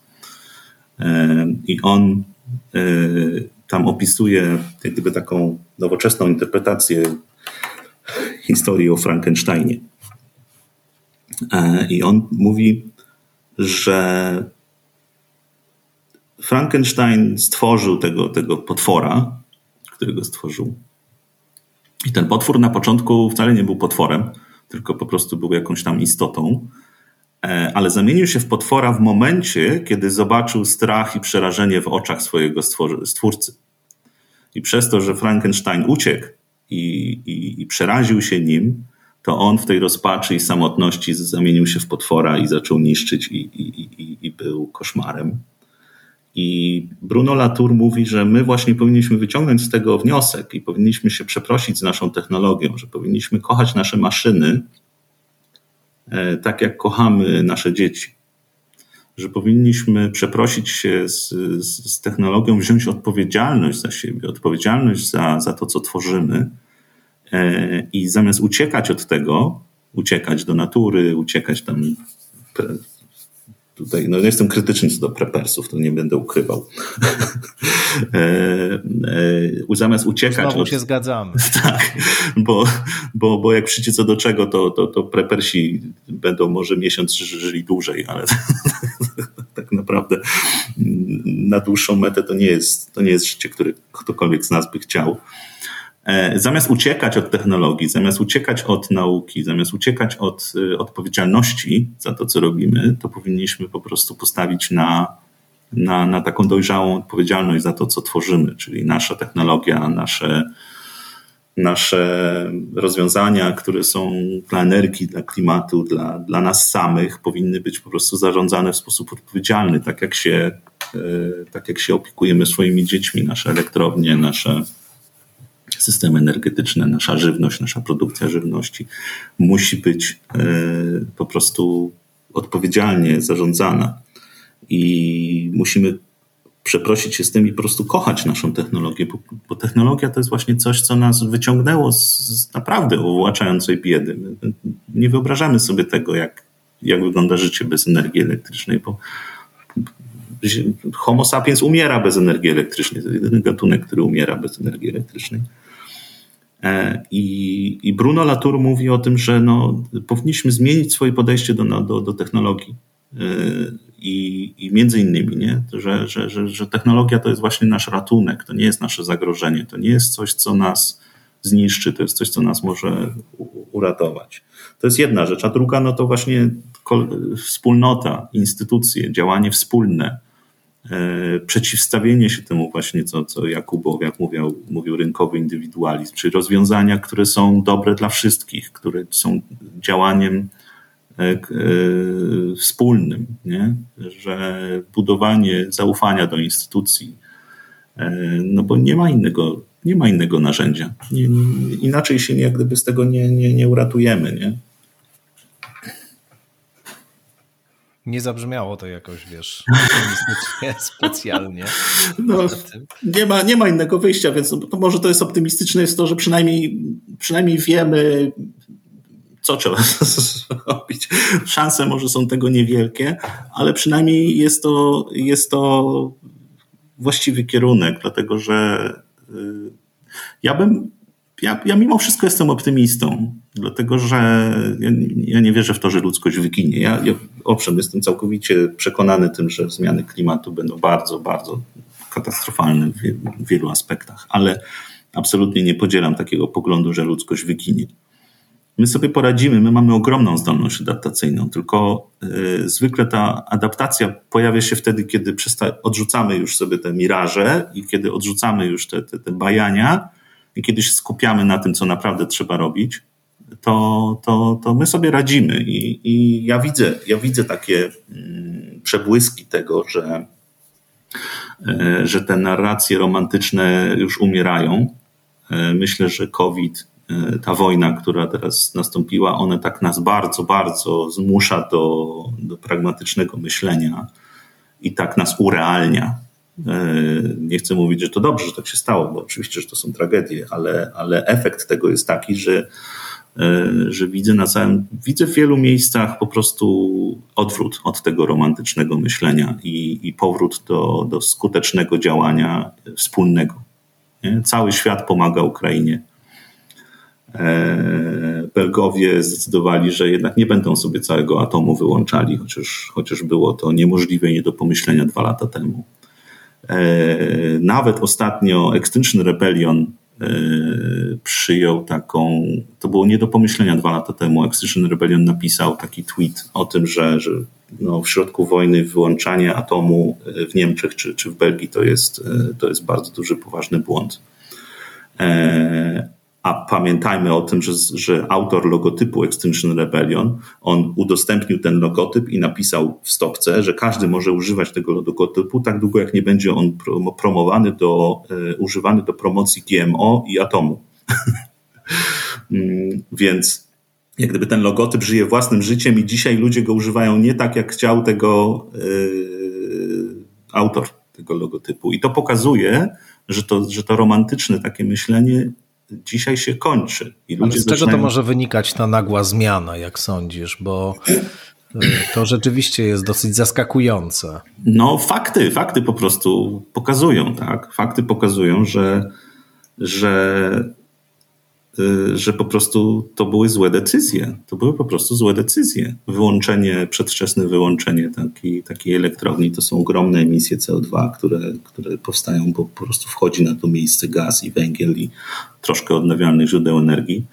I on tam opisuje jak gdyby taką nowoczesną interpretację historii o Frankensteinie. I on mówi, że Frankenstein stworzył tego, tego potwora, którego stworzył. I ten potwór na początku wcale nie był potworem, tylko po prostu był jakąś tam istotą, ale zamienił się w potwora w momencie, kiedy zobaczył strach i przerażenie w oczach swojego stwórcy. I przez to, że Frankenstein uciekł i, i, i przeraził się nim, to on w tej rozpaczy i samotności zamienił się w potwora i zaczął niszczyć i, i, i, i był koszmarem. I Bruno Latour mówi, że my właśnie powinniśmy wyciągnąć z tego wniosek i powinniśmy się przeprosić z naszą technologią, że powinniśmy kochać nasze maszyny e, tak jak kochamy nasze dzieci. Że powinniśmy przeprosić się z, z, z technologią, wziąć odpowiedzialność za siebie, odpowiedzialność za, za to, co tworzymy e, i zamiast uciekać od tego, uciekać do natury, uciekać tam... Tutaj, no jestem krytyczny co do prepersów, to nie będę ukrywał. e, e, zamiast uciekać... Znowu od, się zgadzamy. Tak, bo, bo, bo jak przyjdzie co do czego, to, to, to prepersi będą może miesiąc żyli dłużej, ale tak naprawdę na dłuższą metę to nie jest, to nie jest życie, które ktokolwiek z nas by chciał. Zamiast uciekać od technologii, zamiast uciekać od nauki, zamiast uciekać od odpowiedzialności za to, co robimy, to powinniśmy po prostu postawić na, na, na taką dojrzałą odpowiedzialność za to, co tworzymy, czyli nasza technologia, nasze, nasze rozwiązania, które są dla energii, dla klimatu, dla, dla nas samych, powinny być po prostu zarządzane w sposób odpowiedzialny, tak jak się, tak jak się opiekujemy swoimi dziećmi, nasze elektrownie, nasze system energetyczny, nasza żywność, nasza produkcja żywności musi być po prostu odpowiedzialnie zarządzana i musimy przeprosić się z tym i po prostu kochać naszą technologię, bo, bo technologia to jest właśnie coś, co nas wyciągnęło z, z naprawdę uwłaczającej biedy. My nie wyobrażamy sobie tego, jak, jak wygląda życie bez energii elektrycznej, bo Homo sapiens umiera bez energii elektrycznej. To jest jedyny gatunek, który umiera bez energii elektrycznej. I, i Bruno Latour mówi o tym, że no, powinniśmy zmienić swoje podejście do, do, do technologii. I, i między innymi, nie? Że, że, że, że technologia to jest właśnie nasz ratunek, to nie jest nasze zagrożenie, to nie jest coś, co nas zniszczy, to jest coś, co nas może uratować. To jest jedna rzecz, a druga no to właśnie wspólnota, instytucje, działanie wspólne, e, przeciwstawienie się temu właśnie, co, co Jakubow, jak mówił, mówił rynkowy indywidualizm, czyli rozwiązania, które są dobre dla wszystkich, które są działaniem wspólnym, nie? Że budowanie zaufania do instytucji, no bo nie ma innego, nie ma innego narzędzia. Nie, nie, inaczej się jak gdyby z tego nie, nie, nie uratujemy, nie? Nie zabrzmiało to jakoś, wiesz, optymistycznie, specjalnie. No, nie ma, nie ma innego wyjścia, więc to może to jest optymistyczne, jest to, że przynajmniej, przynajmniej wiemy, co trzeba zrobić. Szanse może są tego niewielkie, ale przynajmniej jest to, jest to właściwy kierunek, dlatego że ja bym, ja, ja mimo wszystko jestem optymistą, dlatego że ja, ja nie wierzę w to, że ludzkość wyginie. Ja, ja owszem, jestem całkowicie przekonany tym, że zmiany klimatu będą bardzo, bardzo katastrofalne w, w wielu aspektach, ale absolutnie nie podzielam takiego poglądu, że ludzkość wyginie. My sobie poradzimy, my mamy ogromną zdolność adaptacyjną, tylko y, zwykle ta adaptacja pojawia się wtedy, kiedy przysta- odrzucamy już sobie te miraże i kiedy odrzucamy już te, te, te bajania i kiedy się skupiamy na tym, co naprawdę trzeba robić, to, to, to my sobie radzimy. I, i ja widzę, ja widzę takie mm, przebłyski tego, że, y, że te narracje romantyczne już umierają. Y, myślę, że COVID, ta wojna, która teraz nastąpiła, ona tak nas bardzo, bardzo zmusza do, do pragmatycznego myślenia i tak nas urealnia. Nie chcę mówić, że to dobrze, że tak się stało, bo oczywiście, że to są tragedie, ale, ale efekt tego jest taki, że, że widzę na całym, widzę w wielu miejscach po prostu odwrót od tego romantycznego myślenia i, i powrót do, do skutecznego działania wspólnego. Nie? Cały świat pomaga Ukrainie. Belgowie zdecydowali, że jednak nie będą sobie całego atomu wyłączali, chociaż, chociaż było to niemożliwe i nie do pomyślenia dwa lata temu. Nawet ostatnio Extinction Rebellion przyjął taką, to było nie do pomyślenia dwa lata temu, Extinction Rebellion napisał taki tweet o tym, że, że no w środku wojny wyłączanie atomu w Niemczech czy, czy w Belgii to jest, to jest bardzo duży, poważny błąd. A pamiętajmy o tym, że, że autor logotypu Extinction Rebellion, on udostępnił ten logotyp i napisał w stopce, że każdy może używać tego logotypu tak długo, jak nie będzie on promowany do, e, używany do promocji G M O i atomu. Więc jak gdyby ten logotyp żyje własnym życiem i dzisiaj ludzie go używają nie tak, jak chciał tego e, autor tego logotypu. I to pokazuje, że to, że to romantyczne takie myślenie dzisiaj się kończy. I ludzie Ale z czego zaczynają... to może wynikać ta nagła zmiana, jak sądzisz? Bo to rzeczywiście jest dosyć zaskakujące. No fakty, fakty po prostu pokazują, tak? Fakty pokazują, że, że, że po prostu to były złe decyzje. To były po prostu złe decyzje. Wyłączenie, przedwczesne wyłączenie takiej, takiej elektrowni to są ogromne emisje C O dwa, które, które powstają, bo po prostu wchodzi na to miejsce gaz i węgiel i troszkę odnawialnych źródeł energii.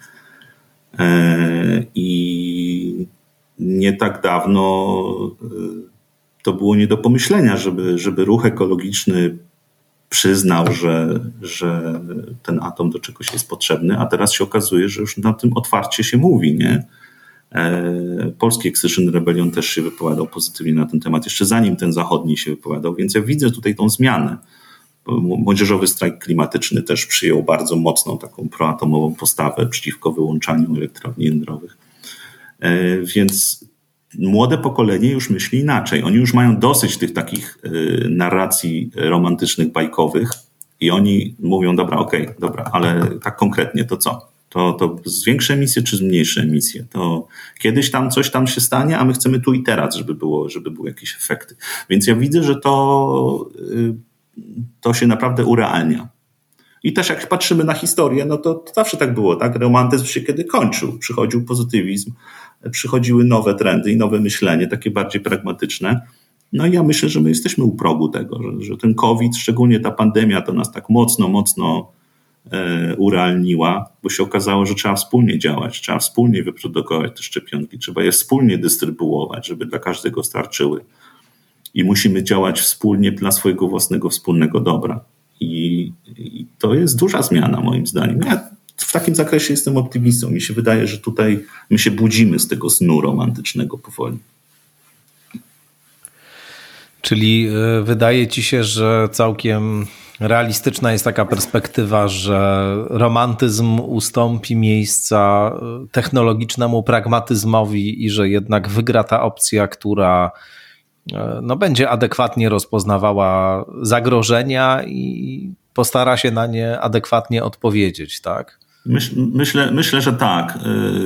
I nie tak dawno to było nie do pomyślenia, żeby, żeby ruch ekologiczny przyznał, że, że ten atom do czegoś jest potrzebny, a teraz się okazuje, że już na tym otwarcie się mówi, nie? Polski Extinction Rebellion też się wypowiadał pozytywnie na ten temat, jeszcze zanim ten zachodni się wypowiadał, więc ja widzę tutaj tą zmianę. Młodzieżowy strajk klimatyczny też przyjął bardzo mocną taką proatomową postawę przeciwko wyłączaniu elektrowni jądrowych. Więc młode pokolenie już myśli inaczej. Oni już mają dosyć tych takich narracji romantycznych, bajkowych i oni mówią, dobra, okej, okay, dobra, ale tak konkretnie to co? To, to zwiększy emisję czy zmniejszy emisję? To kiedyś tam coś tam się stanie, a my chcemy tu i teraz, żeby było, żeby były jakieś efekty. Więc ja widzę, że to, to się naprawdę urealnia. I też jak patrzymy na historię, no to, to zawsze tak było, tak? Romantyzm się kiedy kończył. Przychodził pozytywizm, przychodziły nowe trendy i nowe myślenie, takie bardziej pragmatyczne. No i ja myślę, że my jesteśmy u progu tego, że, że ten COVID, szczególnie ta pandemia, to nas tak mocno, mocno e, urealniła, bo się okazało, że trzeba wspólnie działać, trzeba wspólnie wyprodukować te szczepionki, trzeba je wspólnie dystrybuować, żeby dla każdego starczyły. I musimy działać wspólnie dla swojego własnego wspólnego dobra. I, i to jest duża zmiana moim zdaniem. Ja w takim zakresie jestem optymistą. Mi się wydaje, że tutaj my się budzimy z tego snu romantycznego powoli. Czyli wydaje ci się, że całkiem realistyczna jest taka perspektywa, że romantyzm ustąpi miejsca technologicznemu pragmatyzmowi i że jednak wygra ta opcja, która no, będzie adekwatnie rozpoznawała zagrożenia i postara się na nie adekwatnie odpowiedzieć, tak? Myśl, myślę, myślę, że tak.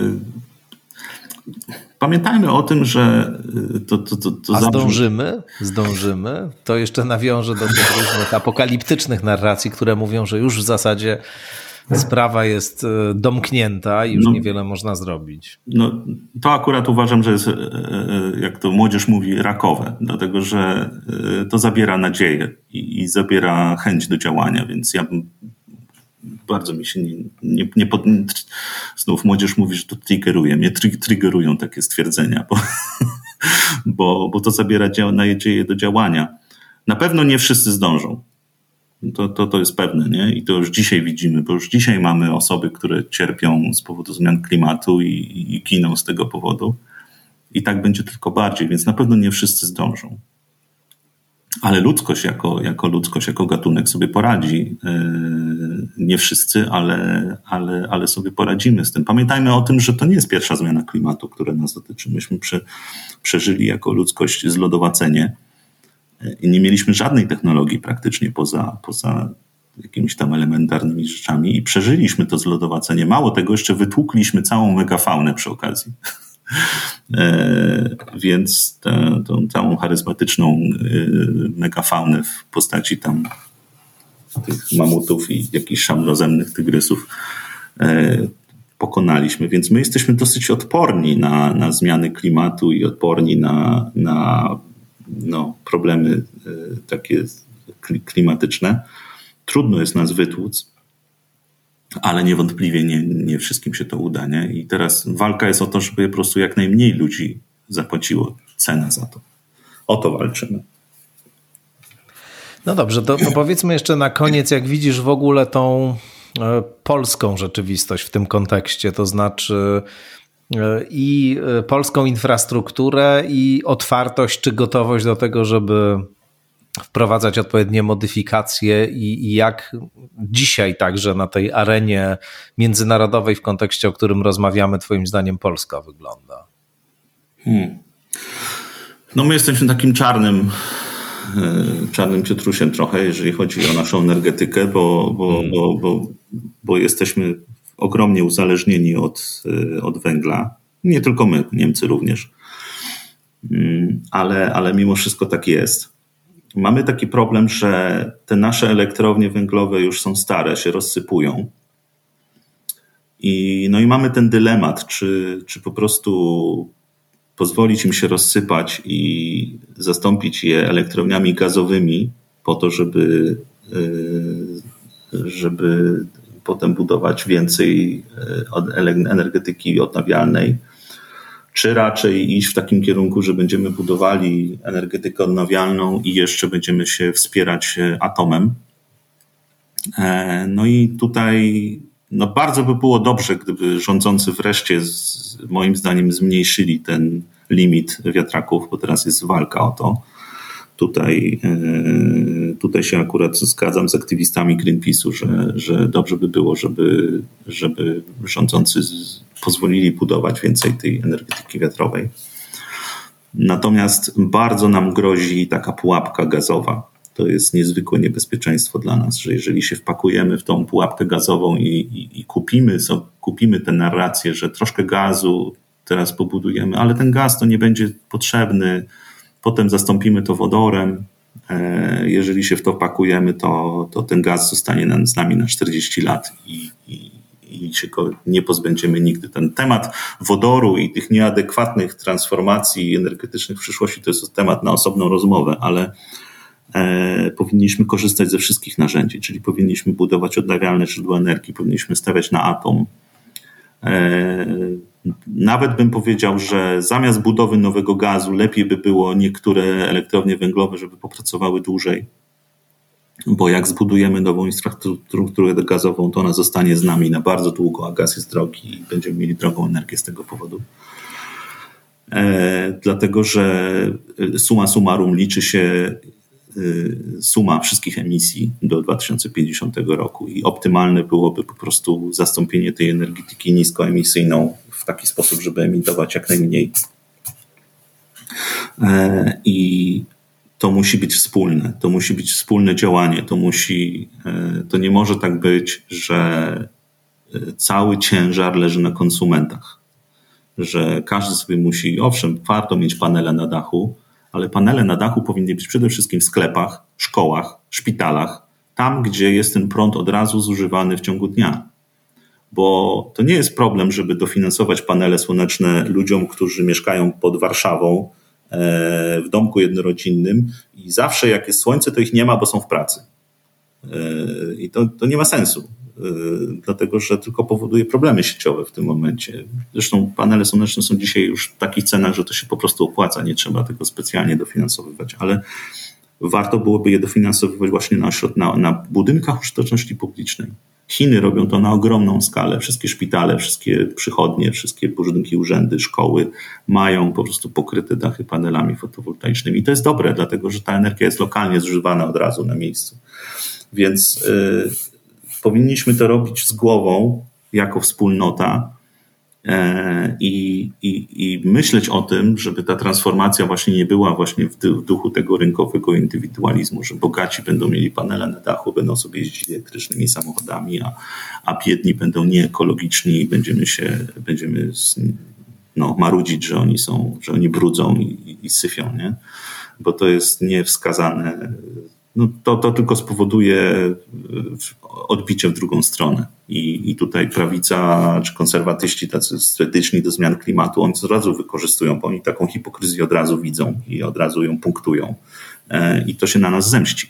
Pamiętajmy o tym, że to, to, to, to A zdążymy? Zdążymy? To jeszcze nawiążę do tych różnych apokaliptycznych narracji, które mówią, że już w zasadzie sprawa jest domknięta i już no, niewiele można zrobić. No, to akurat uważam, że jest, jak to młodzież mówi, rakowe, dlatego że to zabiera nadzieję i, i zabiera chęć do działania, więc ja bym bardzo mi się nie, nie, nie pod... znów młodzież mówi, że to triggeruje. Mnie triggerują takie stwierdzenia, bo, bo, bo to zabiera nadzieję do działania. Na pewno nie wszyscy zdążą. To, to, to jest pewne, nie? I to już dzisiaj widzimy, bo już dzisiaj mamy osoby, które cierpią z powodu zmian klimatu i, i giną z tego powodu. I tak będzie tylko bardziej, więc na pewno nie wszyscy zdążą. Ale ludzkość jako, jako ludzkość, jako gatunek sobie poradzi. Nie wszyscy, ale, ale, ale sobie poradzimy z tym. Pamiętajmy o tym, że to nie jest pierwsza zmiana klimatu, która nas dotyczy. Myśmy prze, przeżyli jako ludzkość zlodowacenie i nie mieliśmy żadnej technologii praktycznie poza, poza jakimiś tam elementarnymi rzeczami i przeżyliśmy to zlodowacenie. Mało tego, jeszcze wytłukliśmy całą megafaunę przy okazji. E, więc tę, tą całą charyzmatyczną y, megafaunę w postaci tam tych mamutów i jakichś szamnozemnych tygrysów e, pokonaliśmy. Więc my jesteśmy dosyć odporni na, na zmiany klimatu i odporni na, na no, problemy y, takie klimatyczne. Trudno jest nas wytłuc, ale niewątpliwie nie, nie wszystkim się to uda. Nie? I teraz walka jest o to, żeby po prostu jak najmniej ludzi zapłaciło cenę za to. O to walczymy. No dobrze, to, to powiedzmy jeszcze na koniec, jak widzisz w ogóle tą e, polską rzeczywistość w tym kontekście, to znaczy e, i polską infrastrukturę i otwartość czy gotowość do tego, żeby wprowadzać odpowiednie modyfikacje i, i jak dzisiaj także na tej arenie międzynarodowej w kontekście, o którym rozmawiamy, twoim zdaniem Polska wygląda? Hmm. No my jesteśmy takim czarnym czarnym Piotrusiem trochę, jeżeli chodzi o naszą energetykę, bo, bo, hmm. bo, bo, bo jesteśmy ogromnie uzależnieni od, od węgla. Nie tylko my, Niemcy również. Ale, ale mimo wszystko tak jest. Mamy taki problem, że te nasze elektrownie węglowe już są stare, się rozsypują. I, no i mamy ten dylemat, czy, czy po prostu pozwolić im się rozsypać i zastąpić je elektrowniami gazowymi po to, żeby, żeby potem budować więcej energetyki odnawialnej. Czy raczej iść w takim kierunku, że będziemy budowali energetykę odnawialną i jeszcze będziemy się wspierać atomem. No i tutaj no bardzo by było dobrze, gdyby rządzący wreszcie z, moim zdaniem zmniejszyli ten limit wiatraków, bo teraz jest walka o to. Tutaj, tutaj się akurat zgadzam z aktywistami Greenpeace'u, że, że dobrze by było, żeby, żeby rządzący pozwolili budować więcej tej energetyki wiatrowej. Natomiast bardzo nam grozi taka pułapka gazowa. To jest niezwykłe niebezpieczeństwo dla nas, że jeżeli się wpakujemy w tą pułapkę gazową i, i, i kupimy, so, kupimy tę narrację, że troszkę gazu teraz pobudujemy, ale ten gaz to nie będzie potrzebny, potem zastąpimy to wodorem. Jeżeli się w to wpakujemy, to, to ten gaz zostanie z nami na czterdzieści lat i, i, i się go nie pozbędziemy nigdy. Ten temat wodoru i tych nieadekwatnych transformacji energetycznych w przyszłości to jest temat na osobną rozmowę, ale e, powinniśmy korzystać ze wszystkich narzędzi, czyli powinniśmy budować odnawialne źródła energii, powinniśmy stawiać na atom. E, Nawet bym powiedział, że zamiast budowy nowego gazu lepiej by było niektóre elektrownie węglowe, żeby popracowały dłużej, bo jak zbudujemy nową infrastrukturę gazową, to ona zostanie z nami na bardzo długo, a gaz jest drogi i będziemy mieli drogą energię z tego powodu. E, dlatego, że summa summarum liczy się suma wszystkich emisji do dwa tysiące pięćdziesiątego roku i optymalne byłoby po prostu zastąpienie tej energetyki niskoemisyjną w taki sposób, żeby emitować jak najmniej. I to musi być wspólne, to musi być wspólne działanie, to musi, to nie może tak być, że cały ciężar leży na konsumentach, że każdy sobie musi, owszem, warto mieć panele na dachu, ale panele na dachu powinny być przede wszystkim w sklepach, szkołach, szpitalach, tam, gdzie jest ten prąd od razu zużywany w ciągu dnia. Bo to nie jest problem, żeby dofinansować panele słoneczne ludziom, którzy mieszkają pod Warszawą w domku jednorodzinnym i zawsze jak jest słońce, to ich nie ma, bo są w pracy. I to, to nie ma sensu, dlatego że tylko powoduje problemy sieciowe w tym momencie. Zresztą panele słoneczne są dzisiaj już w takich cenach, że to się po prostu opłaca, nie trzeba tego specjalnie dofinansowywać, ale warto byłoby je dofinansowywać właśnie na, na, na budynkach użyteczności publicznej. Chiny robią to na ogromną skalę. Wszystkie szpitale, wszystkie przychodnie, wszystkie budynki, urzędy, szkoły mają po prostu pokryte dachy panelami fotowoltaicznymi. I to jest dobre, dlatego że ta energia jest lokalnie zużywana od razu na miejscu. Więc y, powinniśmy to robić z głową jako wspólnota y, i, i myśleć o tym, żeby ta transformacja właśnie nie była właśnie w, w duchu tego rynkowego indywidualizmu, że bogaci będą mieli panele na dachu, będą sobie jeździć elektrycznymi samochodami, a, a biedni będą nieekologiczni i będziemy się będziemy no, marudzić, że oni są, że oni brudzą i, i, i syfią, nie? Bo to jest niewskazane. No to, to tylko spowoduje odbicie w drugą stronę. I, i tutaj prawica czy konserwatyści tacy skeptyczni do zmian klimatu, oni od razu wykorzystują, bo oni taką hipokryzję od razu widzą i od razu ją punktują. I to się na nas zemści.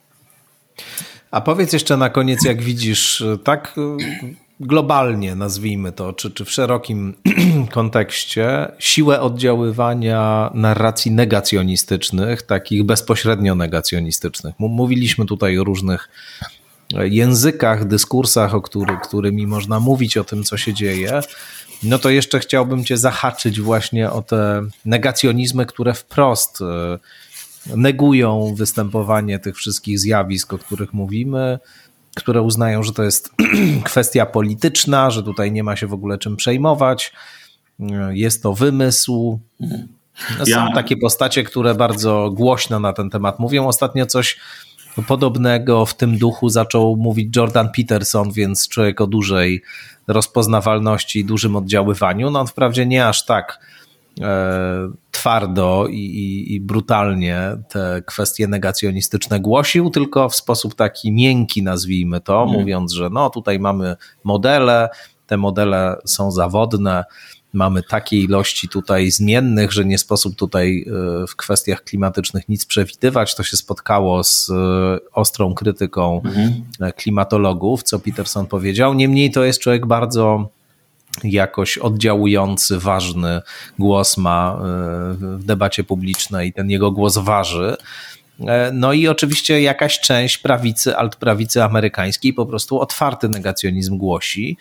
A powiedz jeszcze na koniec, jak widzisz, tak globalnie nazwijmy to, czy, czy w szerokim kontekście, siłę oddziaływania narracji negacjonistycznych, takich bezpośrednio negacjonistycznych. Mówiliśmy tutaj o różnych językach, dyskursach, o który, którymi można mówić o tym, co się dzieje. No to jeszcze chciałbym cię zahaczyć właśnie o te negacjonizmy, które wprost negują występowanie tych wszystkich zjawisk, o których mówimy, które uznają, że to jest kwestia polityczna, że tutaj nie ma się w ogóle czym przejmować, jest to wymysł. No, są ja. takie postacie, które bardzo głośno na ten temat mówią. Ostatnio coś podobnego w tym duchu zaczął mówić Jordan Peterson, więc człowiek o dużej rozpoznawalności i dużym oddziaływaniu. No on wprawdzie nie aż tak e, twardo i, i, i brutalnie te kwestie negacjonistyczne głosił, tylko w sposób taki miękki, nazwijmy to, mm. mówiąc, że no tutaj mamy modele, te modele są zawodne, mamy takie ilości tutaj zmiennych, że nie sposób tutaj w kwestiach klimatycznych nic przewidywać. To się spotkało z ostrą krytyką mhm. klimatologów, co Peterson powiedział. Niemniej to jest człowiek bardzo jakoś oddziałujący, ważny głos ma w debacie publicznej i ten jego głos waży. No i oczywiście jakaś część prawicy, altprawicy amerykańskiej po prostu otwarty negacjonizm głosi.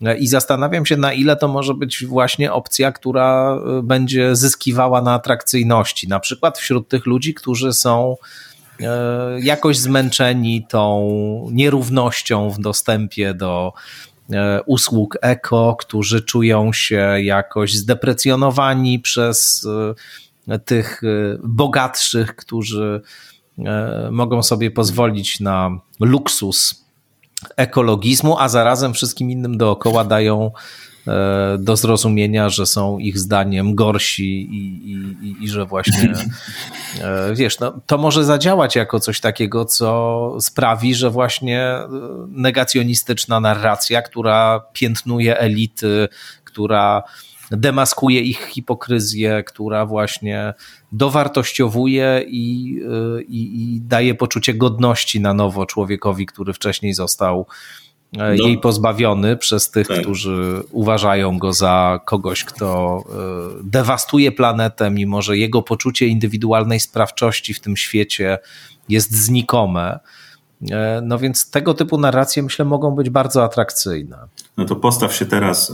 I zastanawiam się, na ile to może być właśnie opcja, która będzie zyskiwała na atrakcyjności. Na przykład wśród tych ludzi, którzy są jakoś zmęczeni tą nierównością w dostępie do usług eko, którzy czują się jakoś zdeprecjonowani przez tych bogatszych, którzy mogą sobie pozwolić na luksus ekologizmu, a zarazem wszystkim innym dookoła dają do zrozumienia, że są ich zdaniem gorsi i, i, i że właśnie wiesz, no, to może zadziałać jako coś takiego, co sprawi, że właśnie negacjonistyczna narracja, która piętnuje elity, która demaskuje ich hipokryzję, która właśnie dowartościowuje i, i, i daje poczucie godności na nowo człowiekowi, który wcześniej został no. jej pozbawiony przez tych, tak. którzy uważają go za kogoś, kto dewastuje planetę, mimo że jego poczucie indywidualnej sprawczości w tym świecie jest znikome. No więc tego typu narracje, myślę, mogą być bardzo atrakcyjne. No to postaw się teraz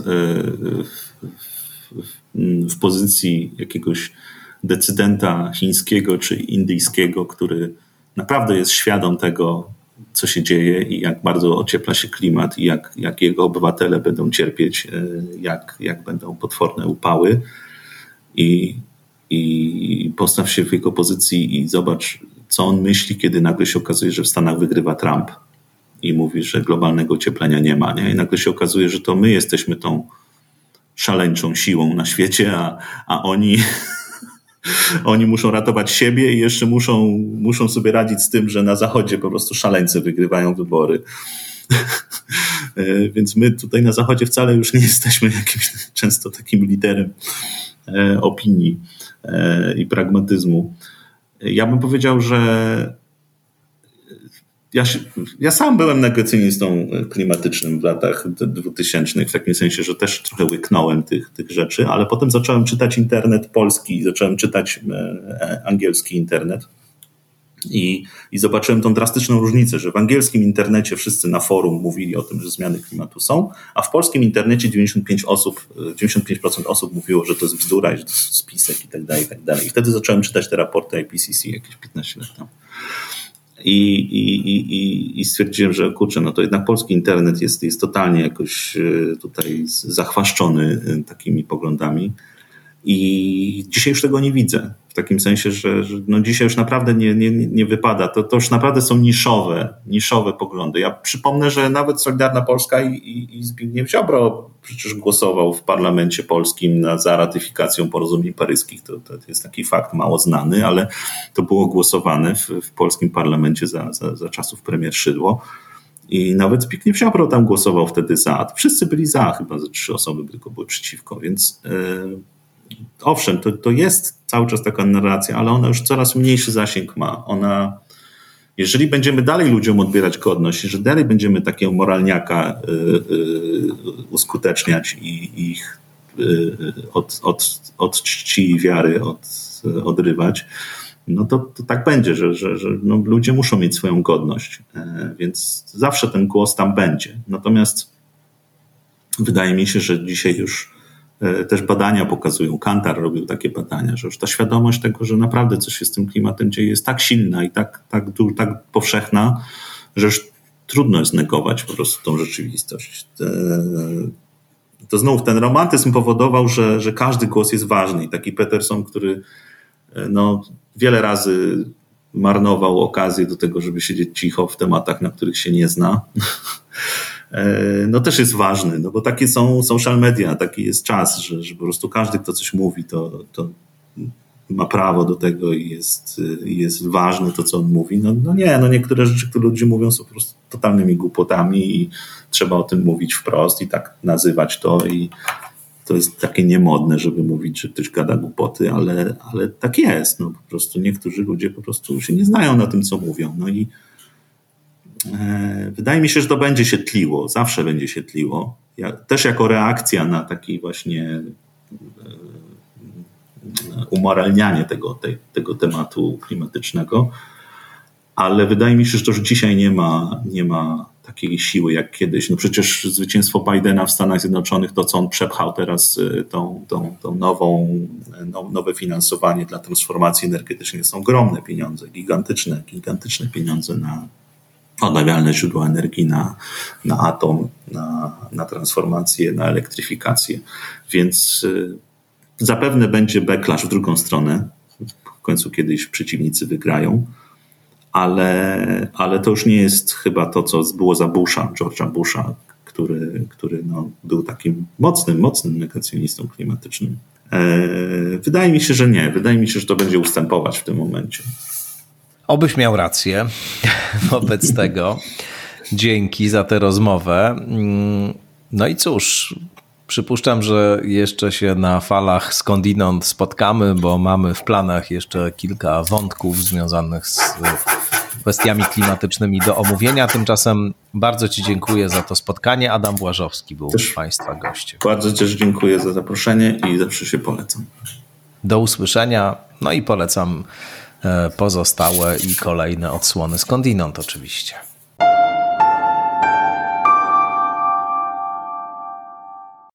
w pozycji jakiegoś decydenta chińskiego czy indyjskiego, który naprawdę jest świadom tego, co się dzieje i jak bardzo ociepla się klimat i jak, jak jego obywatele będą cierpieć, jak, jak będą potworne upały. I, i postaw się w jego pozycji i zobacz, co on myśli, kiedy nagle się okazuje, że w Stanach wygrywa Trump i mówi, że globalnego ocieplenia nie ma. Nie? I nagle się okazuje, że to my jesteśmy tą szaleńczą siłą na świecie, a, a oni, oni muszą ratować siebie i jeszcze muszą, muszą sobie radzić z tym, że na Zachodzie po prostu szaleńcy wygrywają wybory. Więc my tutaj na Zachodzie wcale już nie jesteśmy jakimś często takim liderem opinii i pragmatyzmu. Ja bym powiedział, że Ja, się, ja sam byłem negacjonistą klimatycznym w latach dwutysięcznych, w takim sensie, że też trochę łyknąłem tych, tych rzeczy, ale potem zacząłem czytać internet polski, zacząłem czytać angielski internet i, i zobaczyłem tą drastyczną różnicę, że w angielskim internecie wszyscy na forum mówili o tym, że zmiany klimatu są, a w polskim internecie dziewięćdziesiąt pięć osób, dziewięćdziesiąt pięć procent osób mówiło, że to jest bzdura, że to jest spisek i tak dalej, i tak dalej. I wtedy zacząłem czytać te raporty I P C C jakieś piętnaście lat temu. I, i, i, i stwierdziłem, że kurczę, no to jednak polski internet jest, jest totalnie jakoś tutaj zachwaszczony takimi poglądami i dzisiaj już tego nie widzę. W takim sensie, że, że no dzisiaj już naprawdę nie, nie, nie wypada. To, to już naprawdę są niszowe, niszowe poglądy. Ja przypomnę, że nawet Solidarna Polska i, i, i Zbigniew Ziobro przecież głosował w parlamencie polskim na, za ratyfikacją porozumień paryskich. To, to jest taki fakt mało znany, ale to było głosowane w, w polskim parlamencie za, za, za czasów premier Szydło. I nawet Zbigniew Ziobro tam głosował wtedy za. Wszyscy byli za, chyba ze trzy osoby tylko były przeciwko, więc... Yy, Owszem, to, to jest cały czas taka narracja, ale ona już coraz mniejszy zasięg ma. Ona, jeżeli będziemy dalej ludziom odbierać godność, że dalej będziemy takiego moralniaka y, y, uskuteczniać i ich y, od, od, od czci i wiary od, odrywać, no to, to tak będzie, że, że, że no ludzie muszą mieć swoją godność, y, więc zawsze ten głos tam będzie. Natomiast wydaje mi się, że dzisiaj już też badania pokazują, Kantar robił takie badania, że już ta świadomość tego, że naprawdę coś się z tym klimatem dzieje, jest tak silna i tak, tak, tak powszechna, że już trudno jest negować po prostu tą rzeczywistość. To znów ten romantyzm powodował, że, że każdy głos jest ważny i taki Peterson, który no, wiele razy marnował okazję do tego, żeby siedzieć cicho w tematach, na których się nie zna, no też jest ważny, no bo takie są social media, taki jest czas, że, że po prostu każdy, kto coś mówi, to, to ma prawo do tego i jest, jest ważne to, co on mówi. No, no nie, no niektóre rzeczy, które ludzie mówią, są po prostu totalnymi głupotami i trzeba o tym mówić wprost i tak nazywać to i to jest takie niemodne, żeby mówić, że ktoś gada głupoty, ale, ale tak jest, no po prostu niektórzy ludzie po prostu się nie znają na tym, co mówią, no i wydaje mi się, że to będzie się tliło, zawsze będzie się tliło. Ja, też jako reakcja na taki właśnie umoralnianie tego, tej, tego tematu klimatycznego, ale wydaje mi się, że to już dzisiaj nie ma, nie ma takiej siły jak kiedyś. No przecież zwycięstwo Bidena w Stanach Zjednoczonych, to co on przepchał teraz, tą, tą, tą nową, no, nowe finansowanie dla transformacji energetycznej, są ogromne pieniądze, gigantyczne, gigantyczne pieniądze na odnawialne źródła energii, na, na atom, na, na transformację, na elektryfikację. Więc y, zapewne będzie backlash w drugą stronę. W końcu kiedyś przeciwnicy wygrają. Ale, ale to już nie jest chyba to, co było za Busha, George'a Busha, który, który no, był takim mocnym, mocnym negacjonistą klimatycznym. Eee, wydaje mi się, że nie. Wydaje mi się, że to będzie ustępować w tym momencie. Obyś miał rację wobec tego. Dzięki za tę rozmowę. No i cóż, przypuszczam, że jeszcze się na falach skądinąd spotkamy, bo mamy w planach jeszcze kilka wątków związanych z kwestiami klimatycznymi do omówienia. Tymczasem bardzo Ci dziękuję za to spotkanie. Adam Błażowski był też Państwa gościem. Bardzo też dziękuję za zaproszenie i zawsze się polecam. Do usłyszenia. No i polecam pozostałe i kolejne odsłony skądinąd oczywiście.